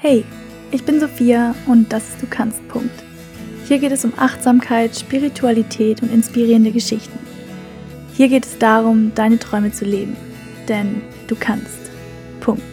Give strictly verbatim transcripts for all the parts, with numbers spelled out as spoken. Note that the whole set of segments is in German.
Hey, ich bin Sophia und das ist Du kannst. Punkt. Hier geht es um Achtsamkeit, Spiritualität und inspirierende Geschichten. Hier geht es darum, deine Träume zu leben. Denn du kannst. Punkt.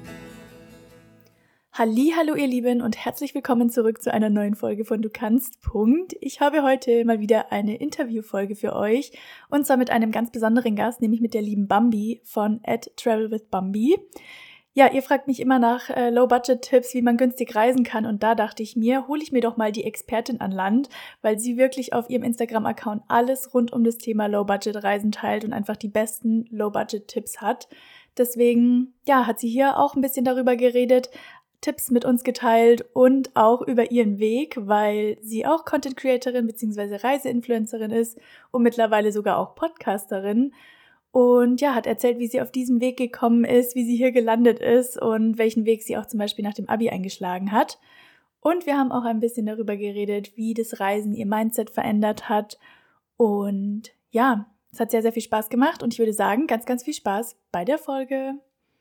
Hallihallo ihr Lieben und herzlich willkommen zurück zu einer neuen Folge von Du kannst. Punkt. Ich habe heute mal wieder eine Interviewfolge für euch und zwar mit einem ganz besonderen Gast, nämlich mit der lieben Bambi von at Travel with Bambi. Ja, ihr fragt mich immer nach äh, Low-Budget-Tipps, wie man günstig reisen kann. Und da dachte ich mir, hole ich mir doch mal die Expertin an Land, weil sie wirklich auf ihrem Instagram-Account alles rund um das Thema Low-Budget-Reisen teilt und einfach die besten Low-Budget-Tipps hat. Deswegen, ja, hat sie hier auch ein bisschen darüber geredet, Tipps mit uns geteilt und auch über ihren Weg, weil sie auch Content-Creatorin bzw. Reise-Influencerin ist und mittlerweile sogar auch Podcasterin. Und ja, hat erzählt, wie sie auf diesem Weg gekommen ist, wie sie hier gelandet ist und welchen Weg sie auch zum Beispiel nach dem Abi eingeschlagen hat. Und wir haben auch ein bisschen darüber geredet, wie das Reisen ihr Mindset verändert hat. Und ja, es hat sehr, sehr viel Spaß gemacht und ich würde sagen, ganz, ganz viel Spaß bei der Folge.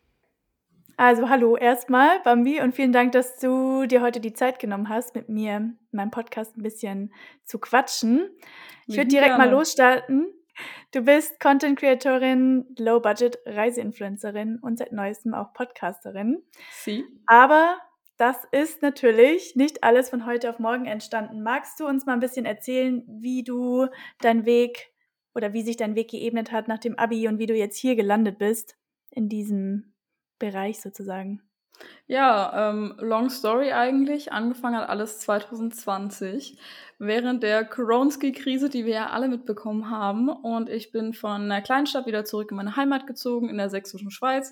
Also hallo erstmal, Bambi, und vielen Dank, dass du dir heute die Zeit genommen hast, mit mir in meinem Podcast ein bisschen zu quatschen. Ich würde direkt mal losstarten. Du bist Content-Creatorin, Low-Budget-Reise-Influencerin und seit neuestem auch Podcasterin. Sie. Aber das ist natürlich nicht alles von heute auf morgen entstanden. Magst du uns mal ein bisschen erzählen, wie du deinen Weg oder wie sich dein Weg geebnet hat nach dem Abi und wie du jetzt hier gelandet bist in diesem Bereich sozusagen? Ja, ähm, long story eigentlich. Angefangen hat alles zwanzig zwanzig, während der Koronski-Krise, die wir ja alle mitbekommen haben. Und ich bin von einer Kleinstadt wieder zurück in meine Heimat gezogen, in der sächsischen Schweiz.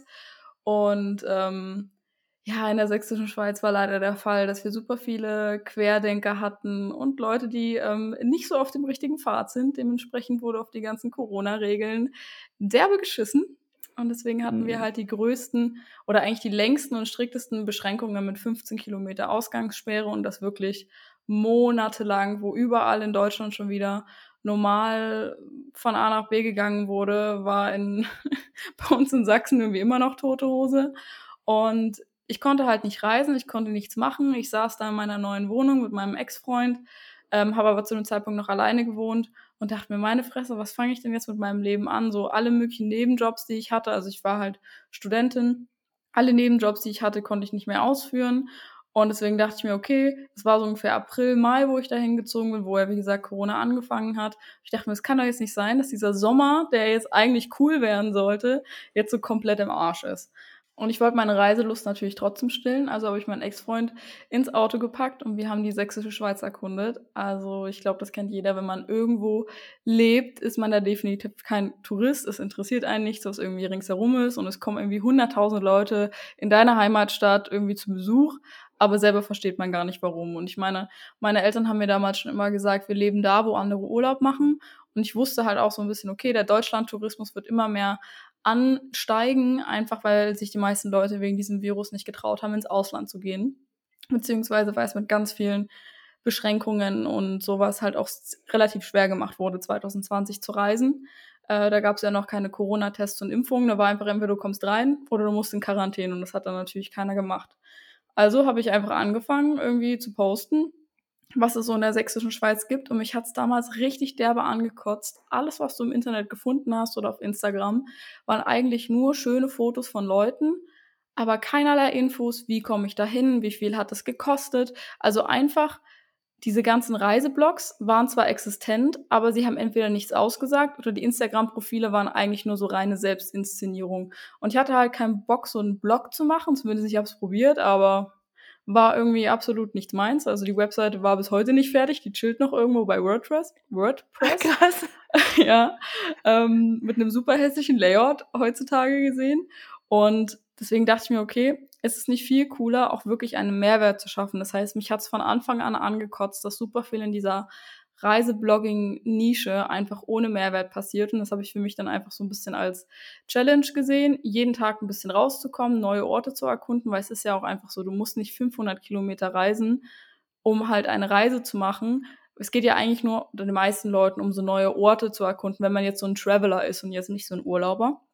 Und ähm, ja, in der sächsischen Schweiz war leider der Fall, dass wir super viele Querdenker hatten und Leute, die ähm, nicht so auf dem richtigen Pfad sind. Dementsprechend wurde auf die ganzen Corona-Regeln derbe geschissen. Und deswegen hatten wir halt die größten oder eigentlich die längsten und striktesten Beschränkungen mit fünfzehn Kilometer Ausgangssperre und das wirklich monatelang, wo überall in Deutschland schon wieder normal von A nach B gegangen wurde, war in bei uns in Sachsen irgendwie immer noch tote Hose. Und ich konnte halt nicht reisen, ich konnte nichts machen. Ich saß da in meiner neuen Wohnung mit meinem Ex-Freund, ähm, habe aber zu dem Zeitpunkt noch alleine gewohnt und dachte mir, meine Fresse, was fange ich denn jetzt mit meinem Leben an? So alle möglichen Nebenjobs, die ich hatte, also ich war halt Studentin, alle Nebenjobs, die ich hatte, konnte ich nicht mehr ausführen. Und deswegen dachte ich mir, okay, es war so ungefähr April, Mai, wo ich da hingezogen bin, wo ja, wie gesagt, Corona angefangen hat. Ich dachte mir, es kann doch jetzt nicht sein, dass dieser Sommer, der jetzt eigentlich cool werden sollte, jetzt so komplett im Arsch ist. Und ich wollte meine Reiselust natürlich trotzdem stillen, also habe ich meinen Ex-Freund ins Auto gepackt und wir haben die sächsische Schweiz erkundet. Also ich glaube, das kennt jeder, wenn man irgendwo lebt, ist man da definitiv kein Tourist. Es interessiert einen nichts, was irgendwie ringsherum ist und es kommen irgendwie hunderttausend Leute in deiner Heimatstadt irgendwie zu Besuch, aber selber versteht man gar nicht, warum. Und ich meine, meine Eltern haben mir damals schon immer gesagt, wir leben da, wo andere Urlaub machen. Und ich wusste halt auch so ein bisschen, okay, der Deutschlandtourismus wird immer mehr ansteigen, einfach weil sich die meisten Leute wegen diesem Virus nicht getraut haben, ins Ausland zu gehen. Beziehungsweise weil es mit ganz vielen Beschränkungen und sowas halt auch relativ schwer gemacht wurde, zwanzig zwanzig zu reisen. Äh, da gab es ja noch keine Corona-Tests und Impfungen. Da war einfach entweder du kommst rein oder du musst in Quarantäne. Und das hat dann natürlich keiner gemacht. Also habe ich einfach angefangen, irgendwie zu posten, was es so in der sächsischen Schweiz gibt. Und mich hat's damals richtig derbe angekotzt. Alles, was du im Internet gefunden hast oder auf Instagram, waren eigentlich nur schöne Fotos von Leuten, aber keinerlei Infos, wie komme ich da hin, wie viel hat es gekostet. Also einfach, diese ganzen Reiseblogs waren zwar existent, aber sie haben entweder nichts ausgesagt oder die Instagram-Profile waren eigentlich nur so reine Selbstinszenierung. Und ich hatte halt keinen Bock, so einen Blog zu machen, zumindest ich habe es probiert, aber war irgendwie absolut nicht meins. Also die Webseite war bis heute nicht fertig, die chillt noch irgendwo bei WordPress. WordPress? Krass. Ja, ähm, mit einem super hässlichen Layout heutzutage gesehen. Und deswegen dachte ich mir, okay, es ist nicht viel cooler, auch wirklich einen Mehrwert zu schaffen. Das heißt, mich hat's von Anfang an angekotzt, dass super viel in dieser Reiseblogging-Nische einfach ohne Mehrwert passiert. Und das habe ich für mich dann einfach so ein bisschen als Challenge gesehen, jeden Tag ein bisschen rauszukommen, neue Orte zu erkunden, weil es ist ja auch einfach so, du musst nicht fünfhundert Kilometer reisen, um halt eine Reise zu machen. Es geht ja eigentlich nur den meisten Leuten um so neue Orte zu erkunden, wenn man jetzt so ein Traveler ist und jetzt nicht so ein Urlauber.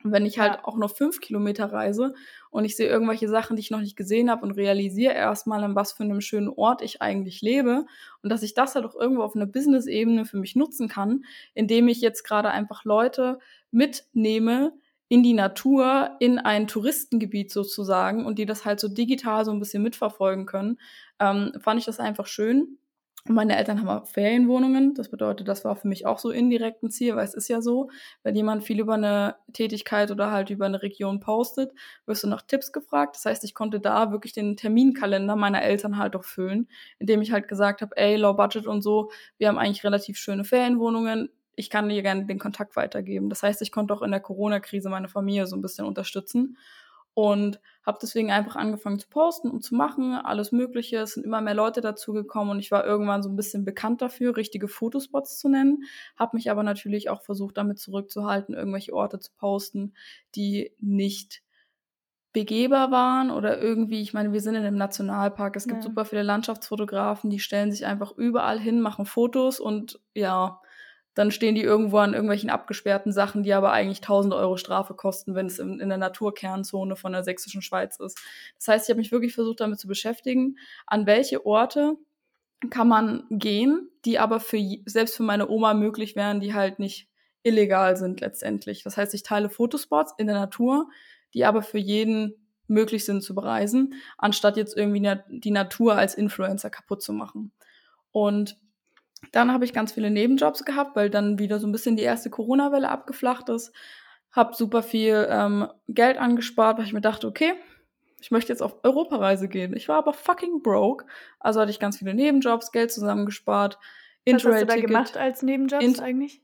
Und wenn ich halt Ja. auch nur fünf Kilometer reise und ich sehe irgendwelche Sachen, die ich noch nicht gesehen habe und realisiere erstmal, an was für einem schönen Ort ich eigentlich lebe und dass ich das halt auch irgendwo auf einer Business-Ebene für mich nutzen kann, indem ich jetzt gerade einfach Leute mitnehme in die Natur, in ein Touristengebiet sozusagen und die das halt so digital so ein bisschen mitverfolgen können, ähm, fand ich das einfach schön. Und meine Eltern haben auch Ferienwohnungen. Das bedeutet, das war für mich auch so indirekt ein Ziel, weil es ist ja so, wenn jemand viel über eine Tätigkeit oder halt über eine Region postet, wirst du nach Tipps gefragt. Das heißt, ich konnte da wirklich den Terminkalender meiner Eltern halt auch füllen, indem ich halt gesagt habe, ey, low budget und so, wir haben eigentlich relativ schöne Ferienwohnungen. Ich kann dir gerne den Kontakt weitergeben. Das heißt, ich konnte auch in der Corona-Krise meine Familie so ein bisschen unterstützen und habe deswegen einfach angefangen zu posten und zu machen, alles Mögliche. Es sind immer mehr Leute dazugekommen und ich war irgendwann so ein bisschen bekannt dafür, richtige Fotospots zu nennen, habe mich aber natürlich auch versucht, damit zurückzuhalten, irgendwelche Orte zu posten, die nicht begehbar waren oder irgendwie, ich meine, wir sind in einem Nationalpark, es gibt Ja. super viele Landschaftsfotografen, die stellen sich einfach überall hin, machen Fotos und ja, dann stehen die irgendwo an irgendwelchen abgesperrten Sachen, die aber eigentlich tausend Euro Strafe kosten, wenn es in, in der Naturkernzone von der sächsischen Schweiz ist. Das heißt, ich habe mich wirklich versucht, damit zu beschäftigen, an welche Orte kann man gehen, die aber für selbst für meine Oma möglich wären, die halt nicht illegal sind letztendlich. Das heißt, ich teile Fotospots in der Natur, die aber für jeden möglich sind zu bereisen, anstatt jetzt irgendwie die Natur als Influencer kaputt zu machen. Und dann habe ich ganz viele Nebenjobs gehabt, weil dann wieder so ein bisschen die erste Corona-Welle abgeflacht ist. Habe super viel ähm, Geld angespart, weil ich mir dachte, okay, ich möchte jetzt auf Europareise gehen. Ich war aber fucking broke. Also hatte ich ganz viele Nebenjobs, Geld zusammengespart, Was hast du da gemacht Interrail-Ticket. als Nebenjobs Int eigentlich?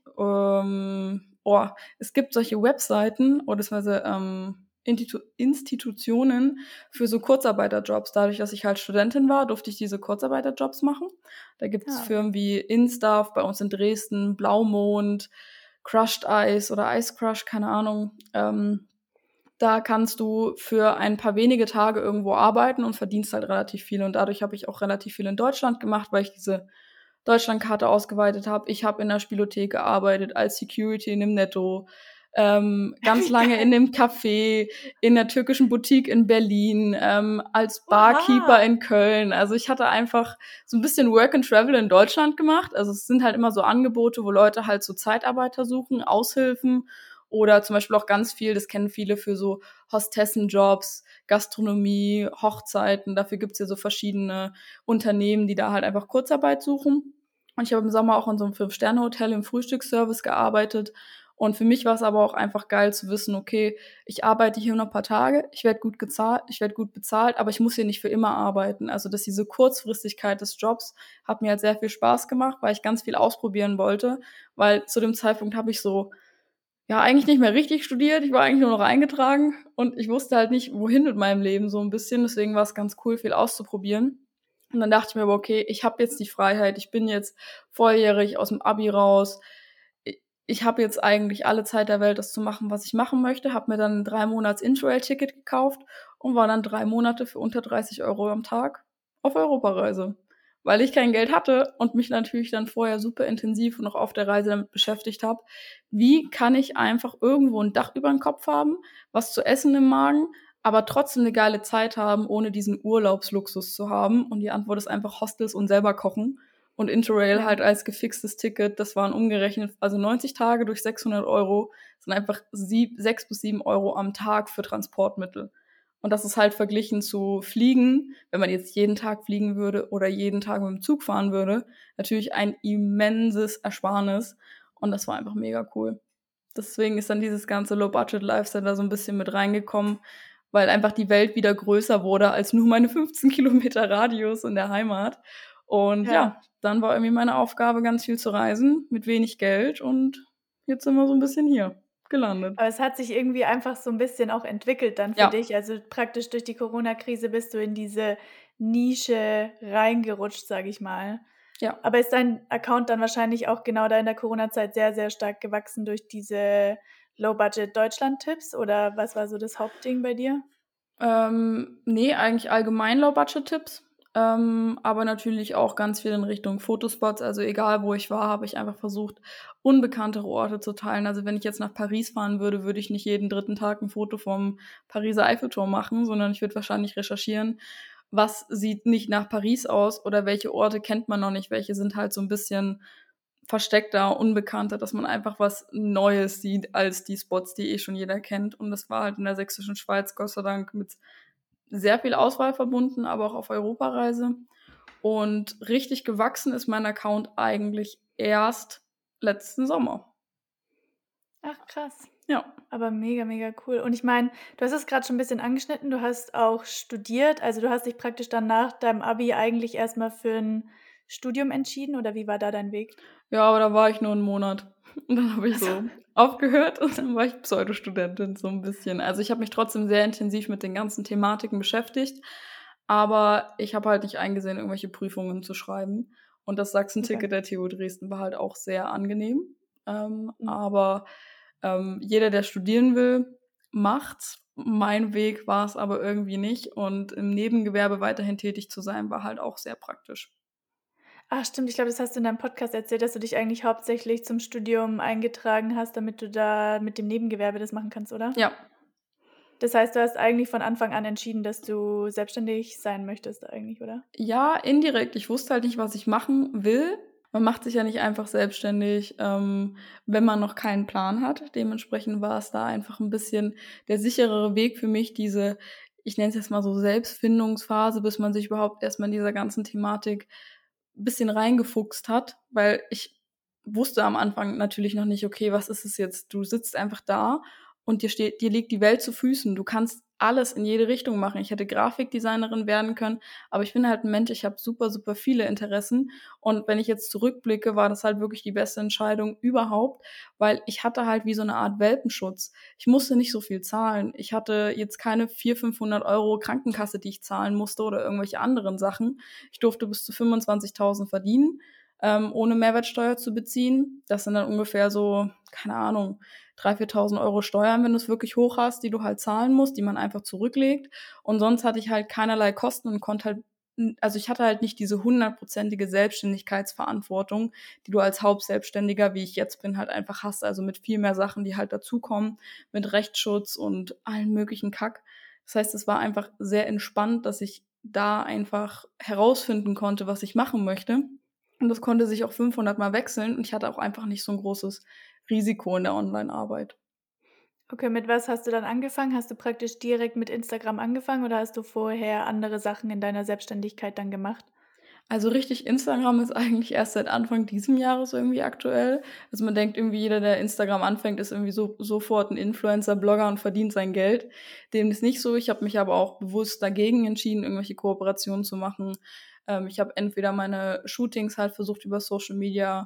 ähm, oh, es gibt solche Webseiten oder beziehungsweise ähm, Institu- Institutionen für so Kurzarbeiterjobs. Dadurch, dass ich halt Studentin war, durfte ich diese Kurzarbeiterjobs machen. Da gibt es Ah, Firmen wie Instaff bei uns in Dresden, Blaumond, Crushed Ice oder Ice Crush, keine Ahnung. Ähm, da kannst du für ein paar wenige Tage irgendwo arbeiten und verdienst halt relativ viel. Und dadurch habe ich auch relativ viel in Deutschland gemacht, weil ich diese Deutschlandkarte ausgeweitet habe. Ich habe in der Spielothek gearbeitet, als Security in dem Netto, ähm, ganz wie lange in geil. dem Café, in der türkischen Boutique in Berlin, ähm, als Barkeeper Oha. in Köln. Also ich hatte einfach so ein bisschen Work and Travel in Deutschland gemacht. Also es sind halt immer so Angebote, wo Leute halt so Zeitarbeiter suchen, Aushilfen oder zum Beispiel auch ganz viel, das kennen viele für so Hostessenjobs, Gastronomie, Hochzeiten. Dafür gibt's ja so verschiedene Unternehmen, die da halt einfach Kurzarbeit suchen. Und ich habe im Sommer auch in so einem Fünf-Sterne-Hotel im Frühstücksservice gearbeitet. Und für mich war es aber auch einfach geil zu wissen, okay, ich arbeite hier noch ein paar Tage, ich werde gut gezahlt, ich werde gut bezahlt, aber ich muss hier nicht für immer arbeiten. Also dass diese Kurzfristigkeit des Jobs hat mir halt sehr viel Spaß gemacht, weil ich ganz viel ausprobieren wollte, weil zu dem Zeitpunkt habe ich so ja, eigentlich nicht mehr richtig studiert. Ich war eigentlich nur noch eingetragen und ich wusste halt nicht, wohin mit meinem Leben so ein bisschen. Deswegen war es ganz cool, viel auszuprobieren. Und dann dachte ich mir aber, okay, ich habe jetzt die Freiheit. Ich bin jetzt volljährig aus dem Abi raus. I- Ich habe jetzt eigentlich alle Zeit der Welt, das zu machen, was ich machen möchte. Habe mir dann ein drei Monats Interrail-Ticket gekauft und war dann drei Monate für unter dreißig Euro am Tag auf Europareise, weil ich kein Geld hatte und mich natürlich dann vorher super intensiv und auch auf der Reise damit beschäftigt habe, wie kann ich einfach irgendwo ein Dach über den Kopf haben, was zu essen im Magen, aber trotzdem eine geile Zeit haben, ohne diesen Urlaubsluxus zu haben? Und die Antwort ist einfach Hostels und selber kochen. Und Interrail Ja. halt als gefixtes Ticket, das waren umgerechnet, also neunzig Tage durch sechshundert Euro, sind einfach sieb, sechs bis sieben Euro am Tag für Transportmittel. Und das ist halt verglichen zu Fliegen, wenn man jetzt jeden Tag fliegen würde oder jeden Tag mit dem Zug fahren würde, natürlich ein immenses Ersparnis. Und das war einfach mega cool. Deswegen ist dann dieses ganze Low-Budget-Lifestyle da so ein bisschen mit reingekommen, weil einfach die Welt wieder größer wurde als nur meine fünfzehn Kilometer Radius in der Heimat. Und Ja. ja, dann war irgendwie meine Aufgabe, ganz viel zu reisen mit wenig Geld und jetzt sind wir so ein bisschen hier gelandet. Aber es hat sich irgendwie einfach so 'n bisschen auch entwickelt dann für Ja, dich. Also, praktisch durch die Corona-Krise bist du in diese Nische reingerutscht, sage ich mal. ja. Aber ist dein Account dann wahrscheinlich auch genau da in der Corona-Zeit sehr, sehr stark gewachsen durch diese Low-Budget-Deutschland-Tipps oder was war so das Hauptding bei dir? Ähm, ne, eigentlich allgemein Low-Budget-Tipps. ähm, aber natürlich auch ganz viel in Richtung Fotospots. Also egal, wo ich war, habe ich einfach versucht, unbekanntere Orte zu teilen. Also wenn ich jetzt nach Paris fahren würde, würde ich nicht jeden dritten Tag ein Foto vom Pariser Eiffelturm machen, sondern ich würde wahrscheinlich recherchieren, was sieht nicht nach Paris aus oder welche Orte kennt man noch nicht, welche sind halt so ein bisschen versteckter, unbekannter, dass man einfach was Neues sieht als die Spots, die eh schon jeder kennt. Und das war halt in der sächsischen Schweiz Gott sei Dank mit sehr viel Auswahl verbunden, aber auch auf Europareise. Und richtig gewachsen ist mein Account eigentlich erst letzten Sommer. Ach, krass. Ja. Aber mega, mega cool. Und ich meine, du hast es gerade schon ein bisschen angeschnitten, du hast auch studiert, also du hast dich praktisch dann nach deinem Abi eigentlich erstmal für ein Studium entschieden oder wie war da dein Weg? Ja, aber da war ich nur einen Monat. Und dann habe ich Also, so aufgehört und dann war ich Pseudostudentin so ein bisschen. Also, ich habe mich trotzdem sehr intensiv mit den ganzen Thematiken beschäftigt, aber ich habe halt nicht eingesehen, irgendwelche Prüfungen zu schreiben. Und das okay. Sachsen-Ticket der T U Dresden war halt auch sehr angenehm. Ähm, Mhm. aber, ähm, jeder, der studieren will, macht's. Mein Weg war es aber irgendwie nicht und im Nebengewerbe weiterhin tätig zu sein, war halt auch sehr praktisch. Ach stimmt, ich glaube, das hast du in deinem Podcast erzählt, dass du dich eigentlich hauptsächlich zum Studium eingetragen hast, damit du da mit dem Nebengewerbe das machen kannst, oder? Ja. Das heißt, du hast eigentlich von Anfang an entschieden, dass du selbstständig sein möchtest eigentlich, oder? Ja, indirekt. Ich wusste halt nicht, was ich machen will. Man macht sich ja nicht einfach selbstständig, ähm, wenn man noch keinen Plan hat. Dementsprechend war es da einfach ein bisschen der sicherere Weg für mich, diese, ich nenne es jetzt mal so Selbstfindungsphase, bis man sich überhaupt erst mal in dieser ganzen Thematik ein bisschen reingefuchst hat, weil ich wusste am Anfang natürlich noch nicht: „Okay, was ist es jetzt?“ Du sitzt einfach da und dir steht dir liegt die Welt zu Füßen. Du kannst alles in jede Richtung machen. Ich hätte Grafikdesignerin werden können, aber ich bin halt 'n Mensch, ich habe super, super viele Interessen. Und wenn ich jetzt zurückblicke, war das halt wirklich die beste Entscheidung überhaupt, weil ich hatte halt wie so 'ne Art Welpenschutz. Ich musste nicht so viel zahlen. Ich hatte jetzt keine vierhundert, fünfhundert Euro Krankenkasse, die ich zahlen musste oder irgendwelche anderen Sachen. Ich durfte bis zu fünfundzwanzigtausend verdienen, ähm, ohne Mehrwertsteuer zu beziehen. Das sind dann ungefähr so, keine Ahnung, dreitausend, viertausend Euro Steuern, wenn du es wirklich hoch hast, die du halt zahlen musst, die man einfach zurücklegt. Und sonst hatte ich halt keinerlei Kosten und konnte halt, also ich hatte halt nicht diese hundertprozentige Selbstständigkeitsverantwortung, die du als Hauptselbstständiger, wie ich jetzt bin, halt einfach hast. Also mit viel mehr Sachen, die halt dazukommen, mit Rechtsschutz und allen möglichen Kack. Das heißt, es war einfach sehr entspannt, dass ich da einfach herausfinden konnte, was ich machen möchte. Und das konnte sich auch fünfhundert Mal wechseln und ich hatte auch einfach nicht so ein großes Risiko in der Online-Arbeit. Okay, mit was hast du dann angefangen? Hast du praktisch direkt mit Instagram angefangen oder hast du vorher andere Sachen in deiner Selbstständigkeit dann gemacht? Also richtig Instagram ist eigentlich erst seit Anfang diesem Jahres irgendwie aktuell. Also man denkt irgendwie, jeder, der Instagram anfängt, ist irgendwie so sofort ein Influencer, Blogger und verdient sein Geld. Dem ist nicht so. Ich habe mich aber auch bewusst dagegen entschieden, irgendwelche Kooperationen zu machen. Ähm, ich habe entweder meine Shootings halt versucht, über Social Media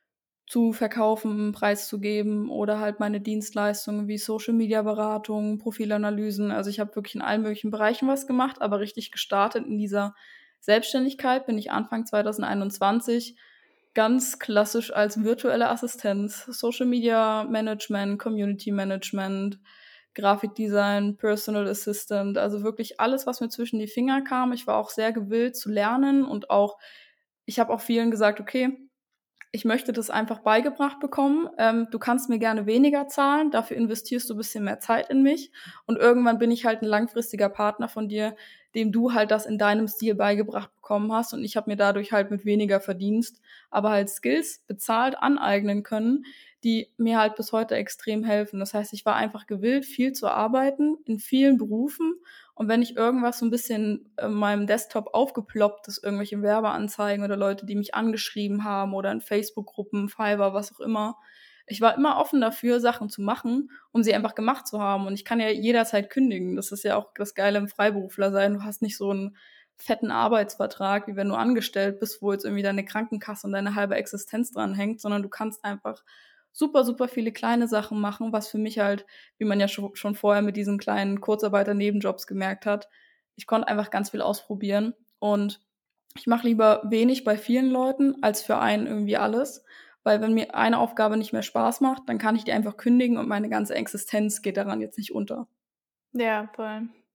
zu verkaufen, preiszugeben oder halt meine Dienstleistungen wie Social-Media-Beratung, Profilanalysen. Also, ich habe wirklich in allen möglichen Bereichen was gemacht, aber richtig gestartet in dieser Selbstständigkeit bin ich Anfang zwanzig einundzwanzig ganz klassisch als virtuelle Assistenz, Social-Media-Management, Community-Management, Grafikdesign, Personal Assistant, also wirklich alles, was mir zwischen die Finger kam. Ich war auch sehr gewillt zu lernen und auch ich habe auch vielen gesagt: „Okay, ich möchte das einfach beigebracht bekommen. Ähm, du kannst mir gerne weniger zahlen, dafür investierst du ein bisschen mehr Zeit in mich und irgendwann bin ich halt ein langfristiger Partner von dir, dem du halt das in deinem Stil beigebracht bekommen hast und ich habe mir dadurch halt mit weniger Verdienst, aber halt Skills bezahlt aneignen können, die mir halt bis heute extrem helfen. Das heißt, ich war einfach gewillt, viel zu arbeiten in vielen Berufen und wenn ich irgendwas so ein bisschen in meinem Desktop aufgeploppt ist, irgendwelche Werbeanzeigen oder Leute, die mich angeschrieben haben oder in Facebook-Gruppen, Fiverr, was auch immer. Ich war immer offen dafür, Sachen zu machen, um sie einfach gemacht zu haben. Und ich kann ja jederzeit kündigen. Das ist ja auch das Geile im Freiberufler-sein. Du hast nicht so einen fetten Arbeitsvertrag, wie wenn du angestellt bist, wo jetzt irgendwie deine Krankenkasse und deine halbe Existenz dran hängt, sondern du kannst einfach super, super viele kleine Sachen machen, was für mich halt, wie man ja scho schon vorher mit diesen kleinen Kurzarbeiter-Nebenjobs gemerkt hat, ich konnte einfach ganz viel ausprobieren und ich mache lieber wenig bei vielen Leuten als für einen irgendwie alles, weil wenn mir eine Aufgabe nicht mehr Spaß macht, dann kann ich die einfach kündigen und meine ganze Existenz geht daran jetzt nicht unter. Ja, voll.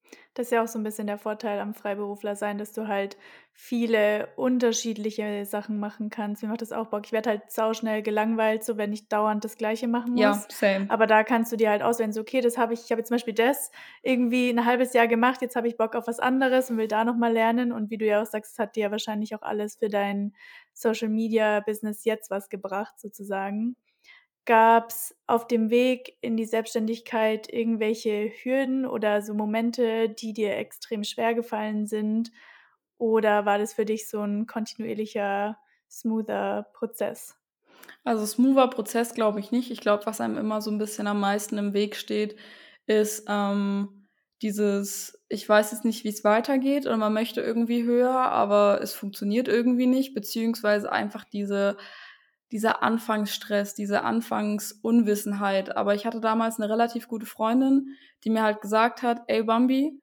Das ist ja auch so ein bisschen der Vorteil am Freiberufler sein, dass du halt viele unterschiedliche Sachen machen kannst. Mir macht das auch Bock. Ich werde halt sauschnell gelangweilt, so wenn ich dauernd das Gleiche machen Ja, muss. same. Aber da kannst du dir halt auswählen, so: „Okay, das habe ich ich habe jetzt zum Beispiel das irgendwie ein halbes Jahr gemacht, jetzt habe ich Bock auf was anderes und will da noch mal lernen.“ Und wie du ja auch sagst, es hat dir ja wahrscheinlich auch alles für dein Social-Media-Business jetzt was gebracht sozusagen. Gab's auf dem Weg in die Selbstständigkeit irgendwelche Hürden oder so Momente, die dir extrem schwer gefallen sind? Oder war das für dich so 'n kontinuierlicher, smoother Prozess? Also, smoother Prozess glaube ich nicht. Ich glaube, was einem immer so 'n bisschen am meisten im Weg steht, ist, ähm, dieses: Ich weiß jetzt nicht, wie's weitergeht oder man möchte irgendwie höher, aber es funktioniert irgendwie nicht, beziehungsweise einfach diese dieser Anfangsstress, diese Anfangsunwissenheit. Aber ich hatte damals 'ne relativ gute Freundin, die mir halt gesagt hat: „Ey Bambi,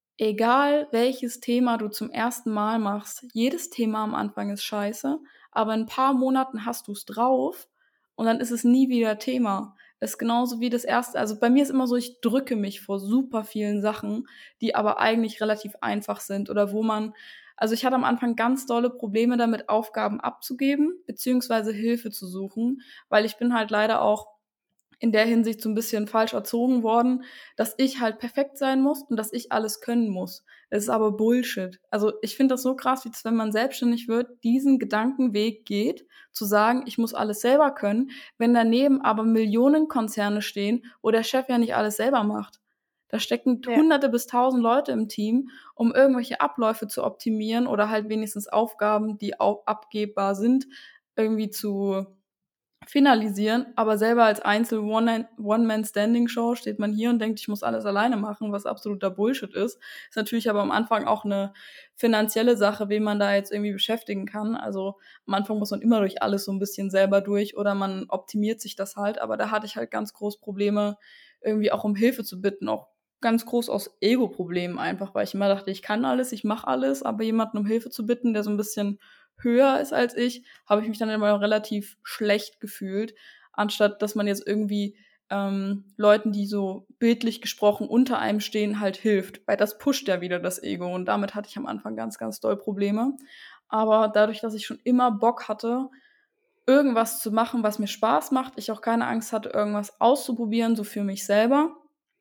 egal welches Thema du zum ersten Mal machst, jedes Thema am Anfang ist scheiße, aber in 'n paar Monaten hast du's drauf und dann ist es nie wieder Thema. Ist genauso wie das erste also, bei mir ist immer so, ich drücke mich vor super vielen Sachen, die aber eigentlich relativ einfach sind oder wo man also, ich hatte am Anfang ganz dolle Probleme damit, Aufgaben abzugeben beziehungsweise Hilfe zu suchen, weil ich bin halt leider auch in der Hinsicht so 'n bisschen falsch erzogen worden, dass ich halt perfekt sein muss und dass ich alles können muss. Es ist aber Bullshit. Also, ich finde das so krass, wie wenn man selbstständig wird, diesen Gedankenweg geht, zu sagen: „Ich muss alles selber können“, wenn daneben aber Millionen Konzerne stehen, wo der Chef ja nicht alles selber macht. Da stecken Ja. Hunderte bis Tausend Leute im Team, um irgendwelche Abläufe zu optimieren oder halt wenigstens Aufgaben, die auch abgebbar sind, irgendwie zu finalisieren, aber selber als Einzel One One-Man-Standing-Show steht man hier und denkt, ich muss alles alleine machen, was absoluter Bullshit ist. Ist natürlich aber am Anfang auch 'ne finanzielle Sache, wen man da jetzt irgendwie beschäftigen kann. Also, am Anfang muss man immer durch alles so 'n bisschen selber durch oder man optimiert sich das halt, aber da hatte ich halt ganz groß Probleme, irgendwie auch um Hilfe zu bitten, auch ganz groß aus Ego-Problemen einfach, weil ich immer dachte, ich kann alles, ich mache alles, aber jemanden um Hilfe zu bitten, der so 'n bisschen höher ist als ich, habe ich mich dann immer relativ schlecht gefühlt, anstatt dass man jetzt irgendwie, ähm, Leuten, die so bildlich gesprochen unter einem stehen, halt hilft, weil das pusht ja wieder das Ego und damit hatte ich am Anfang ganz, ganz doll Probleme. Aber dadurch, dass ich schon immer Bock hatte, irgendwas zu machen, was mir Spaß macht, ich auch keine Angst hatte, irgendwas auszuprobieren, so für mich selber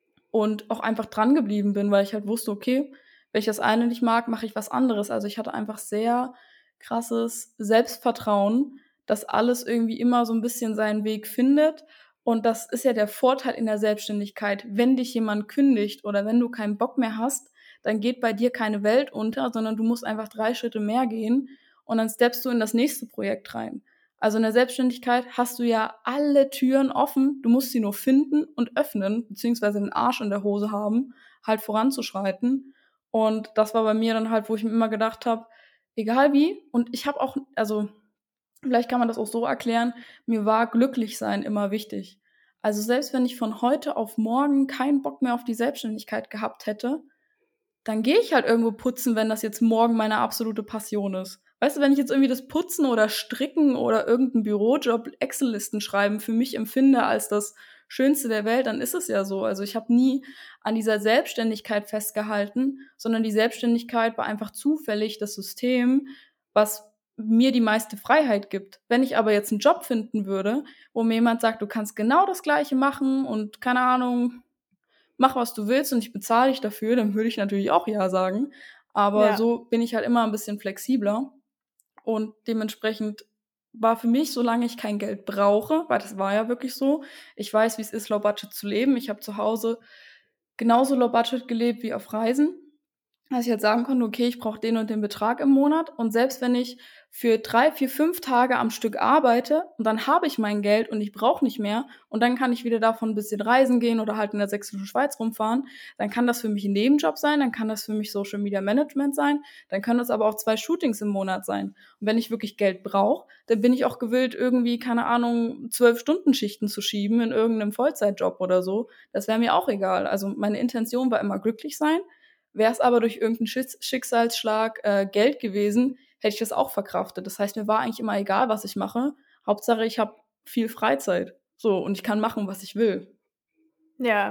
und auch einfach dran geblieben bin, weil ich halt wusste: „Okay, wenn ich das eine nicht mag, mache ich was anderes.“ Also, ich hatte einfach sehr krasses Selbstvertrauen, dass alles irgendwie immer so 'n bisschen seinen Weg findet. Und das ist ja der Vorteil in der Selbstständigkeit. Wenn dich jemand kündigt oder wenn du keinen Bock mehr hast, dann geht bei dir keine Welt unter, sondern du musst einfach drei Schritte mehr gehen und dann steppst du in das nächste Projekt rein. Also, in der Selbstständigkeit hast du ja alle Türen offen, du musst sie nur finden und öffnen, beziehungsweise den Arsch in der Hose haben, halt voranzuschreiten. Und das war bei mir dann halt, wo ich mir immer gedacht habe: „Egal wie“ und ich habe auch also, vielleicht kann man das auch so erklären, mir war Glücklichsein immer wichtig. Also, selbst wenn ich von heute auf morgen keinen Bock mehr auf die Selbstständigkeit gehabt hätte, dann gehe ich halt irgendwo putzen, wenn das jetzt morgen meine absolute Passion ist. Weißt du, wenn ich jetzt irgendwie das Putzen oder Stricken oder irgend 'n Bürojob, Excel-Listen schreiben für mich empfinde als das Schönste der Welt, dann ist es ja so. Also, ich habe nie an dieser Selbstständigkeit festgehalten, sondern die Selbstständigkeit war einfach zufällig das System, was mir die meiste Freiheit gibt. Wenn ich aber jetzt 'n Job finden würde, wo mir jemand sagt: „Du kannst genau das Gleiche machen und keine Ahnung, mach, was du willst und ich bezahle dich dafür“, dann würde ich natürlich auch ja sagen. Aber Ja. so bin ich halt immer 'n bisschen flexibler und dementsprechend war für mich, solange ich kein Geld brauche, weil das war ja wirklich so, ich weiß, wie's ist, low budget zu leben. Ich habe zu Hause genauso low budget gelebt wie auf Reisen, dass ich halt sagen konnte: „Okay, ich brauche den und den Betrag im Monat.“ Und selbst wenn ich für drei, vier, fünf Tage am Stück arbeite und dann habe ich mein Geld und ich brauche nicht mehr und dann kann ich wieder davon 'n bisschen reisen gehen oder halt in der sächsischen Schweiz rumfahren, dann kann das für mich 'n Nebenjob sein, dann kann das für mich Social Media Management sein, dann können das aber auch zwei Shootings im Monat sein. Und wenn ich wirklich Geld brauche, dann bin ich auch gewillt, irgendwie, keine Ahnung, zwölf-Stunden-Schichten zu schieben in irgend 'nem Vollzeitjob oder so. Das wäre mir auch egal. Also, meine Intention war immer glücklich sein. Wäre es aber durch irgend 'n Schis Schicksalsschlag, äh, Geld gewesen, hätte ich das auch verkraftet. Das heißt, mir war eigentlich immer egal, was ich mache. Hauptsache, ich habe viel Freizeit. So, und ich kann machen, was ich will. Ja.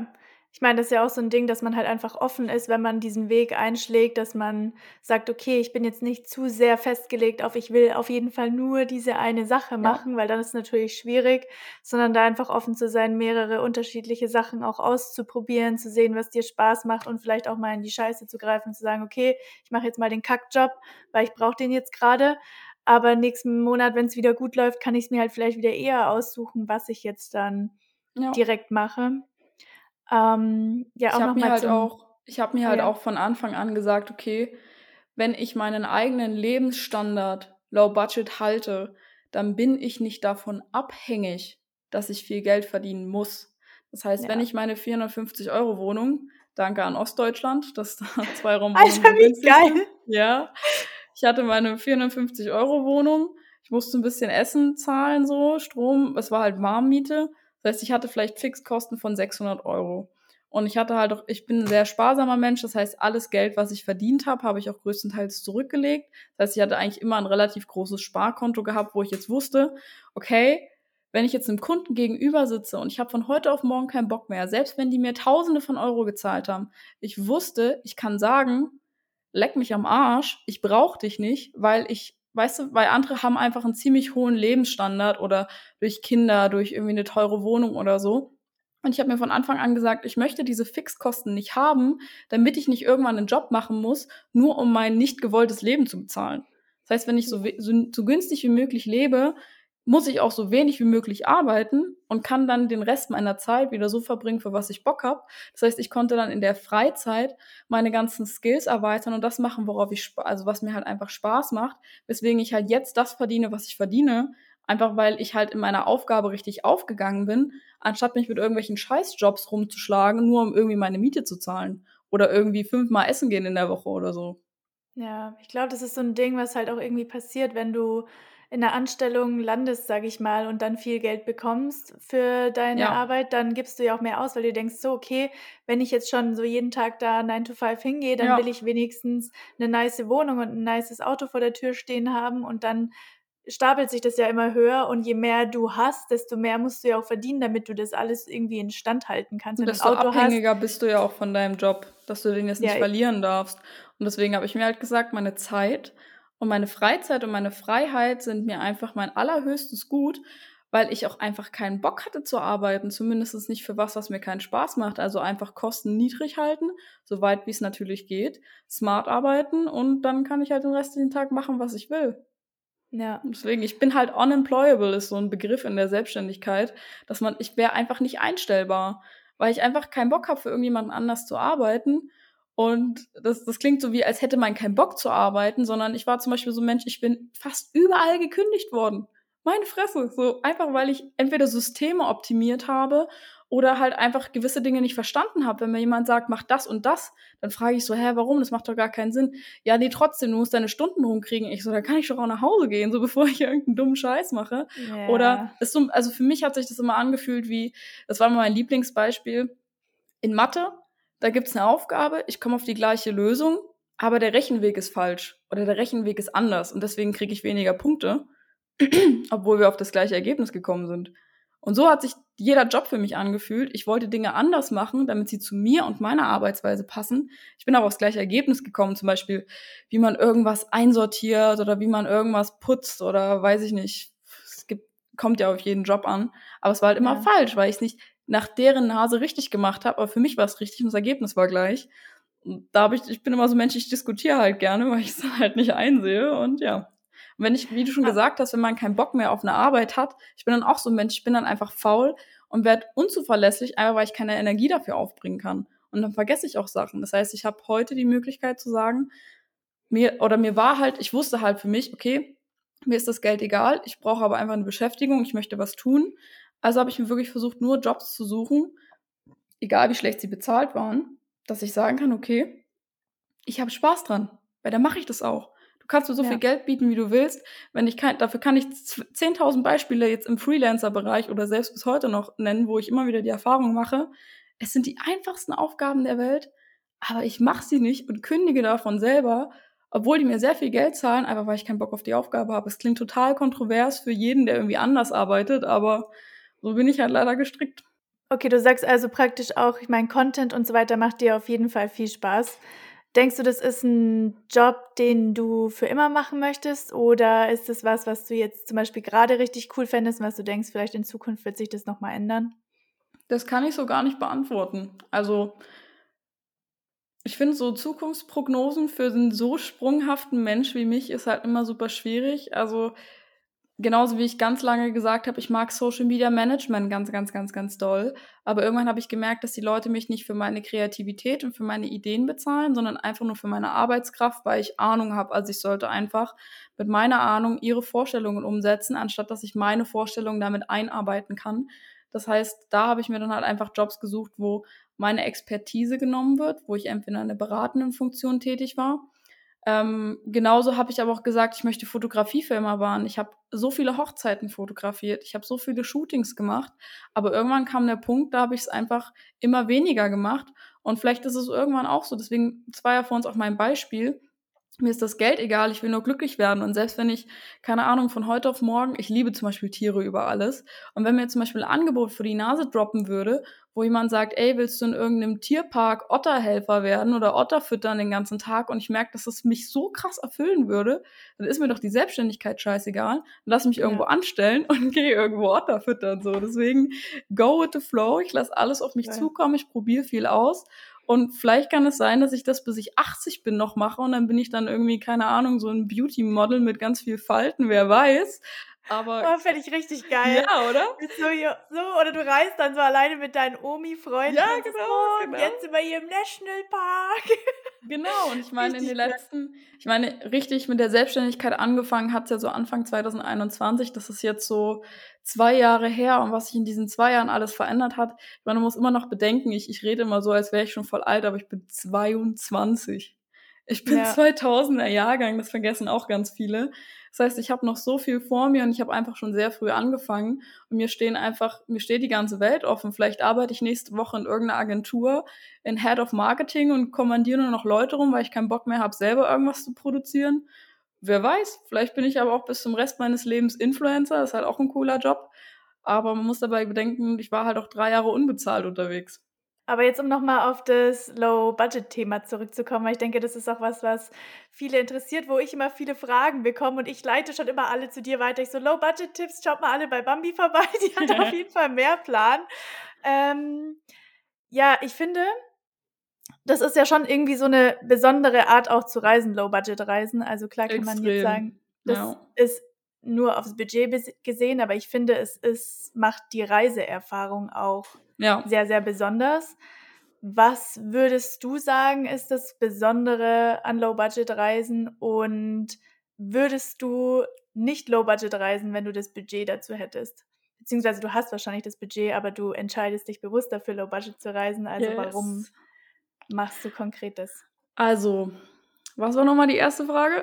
Ich meine, das ist ja auch so 'n Ding, dass man halt einfach offen ist, wenn man diesen Weg einschlägt, dass man sagt: „Okay, ich bin jetzt nicht zu sehr festgelegt auf ich will auf jeden Fall nur diese eine Sache Ja. machen“, weil dann ist natürlich schwierig, sondern da einfach offen zu sein, mehrere unterschiedliche Sachen auch auszuprobieren, zu sehen, was dir Spaß macht und vielleicht auch mal in die Scheiße zu greifen und zu sagen: „Okay, ich mache jetzt mal den Kackjob, weil ich brauche den jetzt grade, aber nächsten Monat, wenn's wieder gut läuft, kann ich's mir halt vielleicht wieder eher aussuchen, was ich jetzt dann Ja. direkt mache.“ Ähm, ja, Ich auch habe noch mir mal halt zum auch ich habe mir ah halt ja. auch von Anfang an gesagt: „Okay, wenn ich meinen eigenen Lebensstandard low budget halte, dann bin ich nicht davon abhängig, dass ich viel Geld verdienen muss.“ Das heißt, wenn Ja. ich meine vierhundertfünfzig Euro Wohnung danke an Ostdeutschland, dass da Zweiraumwohnungen Alter, so wie günstig sind. geil. Ja, ich hatte meine vierhundertfünfzig Euro Wohnung. Ich musste 'n bisschen Essen zahlen so, Strom. Es war halt Warmmiete. Das heißt, ich hatte vielleicht Fixkosten von sechshundert Euro. Und ich hatte halt auch ich bin 'n sehr sparsamer Mensch, das heißt, alles Geld, was ich verdient habe, habe ich auch größtenteils zurückgelegt. Das heißt, ich hatte eigentlich immer 'n relativ großes Sparkonto gehabt, wo ich jetzt wusste: „Okay, wenn ich jetzt 'nem Kunden gegenüber sitze und ich habe von heute auf morgen keinen Bock mehr“, selbst wenn die mir Tausende von Euro gezahlt haben. Ich wusste, ich kann sagen: „Leck mich am Arsch, ich brauche dich nicht“, weil ich weißt du, weil andere haben einfach 'n ziemlich hohen Lebensstandard oder durch Kinder, durch irgendwie 'ne teure Wohnung oder so. Und ich habe mir von Anfang an gesagt: „Ich möchte diese Fixkosten nicht haben, damit ich nicht irgendwann 'nen Job machen muss, nur um mein nicht gewolltes Leben zu bezahlen.“ Das heißt, wenn ich so Ja. we so so günstig wie möglich lebe, muss ich auch so wenig wie möglich arbeiten und kann dann den Rest meiner Zeit wieder so verbringen, für was ich Bock habe. Das heißt, ich konnte dann in der Freizeit meine ganzen Skills erweitern und das machen, worauf ich spa also, was mir halt einfach Spaß macht, weswegen ich halt jetzt das verdiene, was ich verdiene, einfach weil ich halt in meiner Aufgabe richtig aufgegangen bin, anstatt mich mit irgendwelchen Scheißjobs rumzuschlagen, nur um irgendwie meine Miete zu zahlen oder irgendwie fünfmal essen gehen in der Woche oder so. Ja, ich glaube, das ist so 'n Ding, was halt auch irgendwie passiert, wenn du in 'ner Anstellung landest, sage ich mal, und dann viel Geld bekommst für deine Ja. Arbeit, dann gibst du ja auch mehr aus, weil du denkst so: „Okay, wenn ich jetzt schon so jeden Tag da nine to five hingehe, dann will Ja. ich wenigstens 'ne nice Wohnung und 'n nices Auto vor der Tür stehen haben.“ Und dann stapelt sich das ja immer höher und je mehr du hast, desto mehr musst du ja auch verdienen, damit du das alles irgendwie instandhalten kannst. Und Wenn du 'n desto Auto hast abhängiger bist du ja auch von deinem Job, dass du den jetzt Ja, nicht e verlieren darfst. Und deswegen habe ich mir halt gesagt, meine Zeit und meine Freizeit und meine Freiheit sind mir einfach mein allerhöchstes Gut, weil ich auch einfach keinen Bock hatte zu arbeiten, zumindest nicht für was, was mir keinen Spaß macht. Also, einfach Kosten niedrig halten, so weit wie's natürlich geht, smart arbeiten und dann kann ich halt den restlichen Tag machen, was ich will. Ja. Und deswegen, ich bin halt unemployable ist so 'n Begriff in der Selbstständigkeit, dass man ich wäre einfach nicht einstellbar, weil ich einfach keinen Bock habe, für irgendjemanden anders zu arbeiten. Und das das klingt so wie, als hätte man keinen Bock zu arbeiten, sondern ich war zum Beispiel so 'n Mensch, ich bin fast überall gekündigt worden. Meine Fresse, so einfach, weil ich entweder Systeme optimiert habe oder halt einfach gewisse Dinge nicht verstanden habe. Wenn mir jemand sagt: „Mach das und das“, dann frage ich so: „Hä, warum? Das macht doch gar keinen Sinn.“ „Ja, ne, trotzdem, du musst deine Stunden rumkriegen.“ Ich so: „Dann kann ich doch auch nach Hause gehen, so bevor ich hier irgend 'n dummen Scheiß mache.“ Oder Ja. ist so also, für mich hat sich das immer angefühlt wie das war immer mein Lieblingsbeispiel in Mathe, da gibt's 'ne Aufgabe, ich komme auf die gleiche Lösung, aber der Rechenweg ist falsch oder der Rechenweg ist anders und deswegen kriege ich weniger Punkte, obwohl wir auf das gleiche Ergebnis gekommen sind. Und so hat sich jeder Job für mich angefühlt. Ich wollte Dinge anders machen, damit sie zu mir und meiner Arbeitsweise passen. Ich bin aber aufs gleiche Ergebnis gekommen, zum Beispiel, wie man irgendwas einsortiert oder wie man irgendwas putzt oder weiß ich nicht. Es gibt kommt ja auf jeden Job an, aber es war halt immer Ja. falsch, weil ich's nicht nach deren Nase richtig gemacht habe, aber für mich war's richtig und das Ergebnis war gleich. Und da habe ich ich bin immer so 'n Mensch, ich diskutiere halt gerne, weil ich's halt nicht einsehe und ja. Und wenn ich wie du schon Ah. gesagt hast, wenn man keinen Bock mehr auf 'ne Arbeit hat ich bin dann auch so 'n Mensch, ich bin dann einfach faul und werde unzuverlässig, einfach weil ich keine Energie dafür aufbringen kann. Und dann vergesse ich auch Sachen. Das heißt, ich habe heute die Möglichkeit zu sagen mir oder mir war halt ich wusste halt für mich: „Okay, mir ist das Geld egal, ich brauche aber einfach 'ne Beschäftigung, ich möchte was tun.“ Also, habe ich mir wirklich versucht, nur Jobs zu suchen, egal wie schlecht sie bezahlt waren, dass ich sagen kann: „Okay, ich habe Spaß dran, weil dann mache ich das auch.“ Du kannst mir so viel Ja. Geld bieten, wie du willst. Wenn ich kein dafür kann ich z zehntausend Beispiele jetzt im Freelancer-Bereich oder selbst bis heute noch nennen, wo ich immer wieder die Erfahrung mache. Es sind die einfachsten Aufgaben der Welt, aber ich mache sie nicht und kündige davon selber, obwohl die mir sehr viel Geld zahlen, einfach weil ich keinen Bock auf die Aufgabe habe. Es klingt total kontrovers für jeden, der irgendwie anders arbeitet, aber so bin ich halt leider gestrickt. Okay, du sagst also praktisch auch, ich meine, Content und so weiter macht dir auf jeden Fall viel Spaß. Denkst du, das ist 'n Job, den du für immer machen möchtest oder ist das was, was du jetzt zum Beispiel grade richtig cool fändest und was du denkst, vielleicht in Zukunft wird sich das noch mal ändern? Das kann ich so gar nicht beantworten. Also ich finde so Zukunftsprognosen für 'n so sprunghaften Mensch wie mich ist halt immer super schwierig. Also, genauso wie ich ganz lange gesagt habe, ich mag Social Media Management ganz, ganz, ganz, ganz doll. Aber irgendwann habe ich gemerkt, dass die Leute mich nicht für meine Kreativität und für meine Ideen bezahlen, sondern einfach nur für meine Arbeitskraft, weil ich Ahnung habe. Also, ich sollte einfach mit meiner Ahnung ihre Vorstellungen umsetzen, anstatt dass ich meine Vorstellungen damit einarbeiten kann. Das heißt, da habe ich mir dann halt einfach Jobs gesucht, wo meine Expertise genommen wird, wo ich entweder in 'ner beratenden Funktion tätig war. Ähm, genauso habe ich aber auch gesagt, ich möchte Fotografie für immer wahren. Ich habe so viele Hochzeiten fotografiert, ich habe so viele Shootings gemacht, aber irgendwann kam der Punkt, da habe ich's einfach immer weniger gemacht und vielleicht ist es irgendwann auch so. Deswegen das war ja vor uns auch mein Beispiel. Mir ist das Geld egal, ich will nur glücklich werden und selbst wenn ich, keine Ahnung, von heute auf morgen ich liebe zum Beispiel Tiere über alles und wenn mir jetzt zum Beispiel 'n Angebot vor die Nase droppen würde, wo jemand sagt: „Ey, willst du in irgend 'nem Tierpark Otterhelfer werden oder Otter füttern den ganzen Tag?“ Und ich merke, dass es mich so krass erfüllen würde, dann ist mir doch die Selbstständigkeit scheißegal. Lass mich irgendwo Ja. anstellen und gehe irgendwo Otter füttern so. Deswegen go with the flow. Ich lasse alles auf mich Voll. zukommen, ich probiere viel aus und vielleicht kann es sein, dass ich das, bis ich achtzig bin, noch mache und dann bin ich dann irgendwie, keine Ahnung, so 'n Beauty-Model mit ganz viel Falten, wer weiß. Aber Oh, fände ich richtig geil. ja, oder? Ist so jo so oder du reist dann so alleine mit deinen Ja, Omi-Freunden und so: genau, „So, und genau. jetzt sind wir hier im Nationalpark.“ Genau, und ich meine, in Richtig den geil. letzten ich meine, richtig mit der Selbstständigkeit angefangen hat's ja so Anfang zweitausendeinundzwanzig. Das ist jetzt so zwei Jahre her und was sich in diesen zwei Jahren alles verändert hat. Ich meine, man muss immer noch bedenken, ich ich rede immer so, als wäre ich schon voll alt, aber ich bin zweiundzwanzig. Ich bin Ja. zweitausender Jahrgang, das vergessen auch ganz viele. Das heißt, ich habe noch so viel vor mir und ich habe einfach schon sehr früh angefangen und mir stehen einfach mir steht die ganze Welt offen. Vielleicht arbeite ich nächste Woche in irgend 'ner Agentur in Head of Marketing und kommandiere nur noch Leute rum, weil ich keinen Bock mehr habe, selber irgendwas zu produzieren. Wer weiß, vielleicht bin ich aber auch bis zum Rest meines Lebens Influencer, ist halt auch 'n cooler Job. Aber man muss dabei bedenken, ich war halt auch drei Jahre unbezahlt unterwegs. Aber jetzt, um noch mal auf das Low-Budget-Thema zurückzukommen, weil ich denke, das ist auch was, was viele interessiert, wo ich immer viele Fragen bekomme und ich leite schon immer alle zu dir weiter. Ich so: „Low-Budget-Tipps, schaut mal alle bei Bambi vorbei, die hat auf jeden Fall 'n Mehrplan.“ Ähm, ja, ich finde das ist ja schon irgendwie so 'ne besondere Art auch zu reisen, Low-Budget-Reisen. Also, klar kann man jetzt Extrem, sagen, das ja. ist nur aufs Budget bes gesehen, aber ich finde, es ist macht die Reiseerfahrung auch Ja. sehr, sehr besonders. Was würdest du sagen, ist das Besondere an Low-Budget-Reisen und würdest du nicht Low-Budget reisen, wenn du das Budget dazu hättest? Beziehungsweise du hast wahrscheinlich das Budget, aber du entscheidest dich bewusst dafür, Low-Budget zu reisen. Also, warum Yes. machst du konkret das? Also, was war noch mal die erste Frage?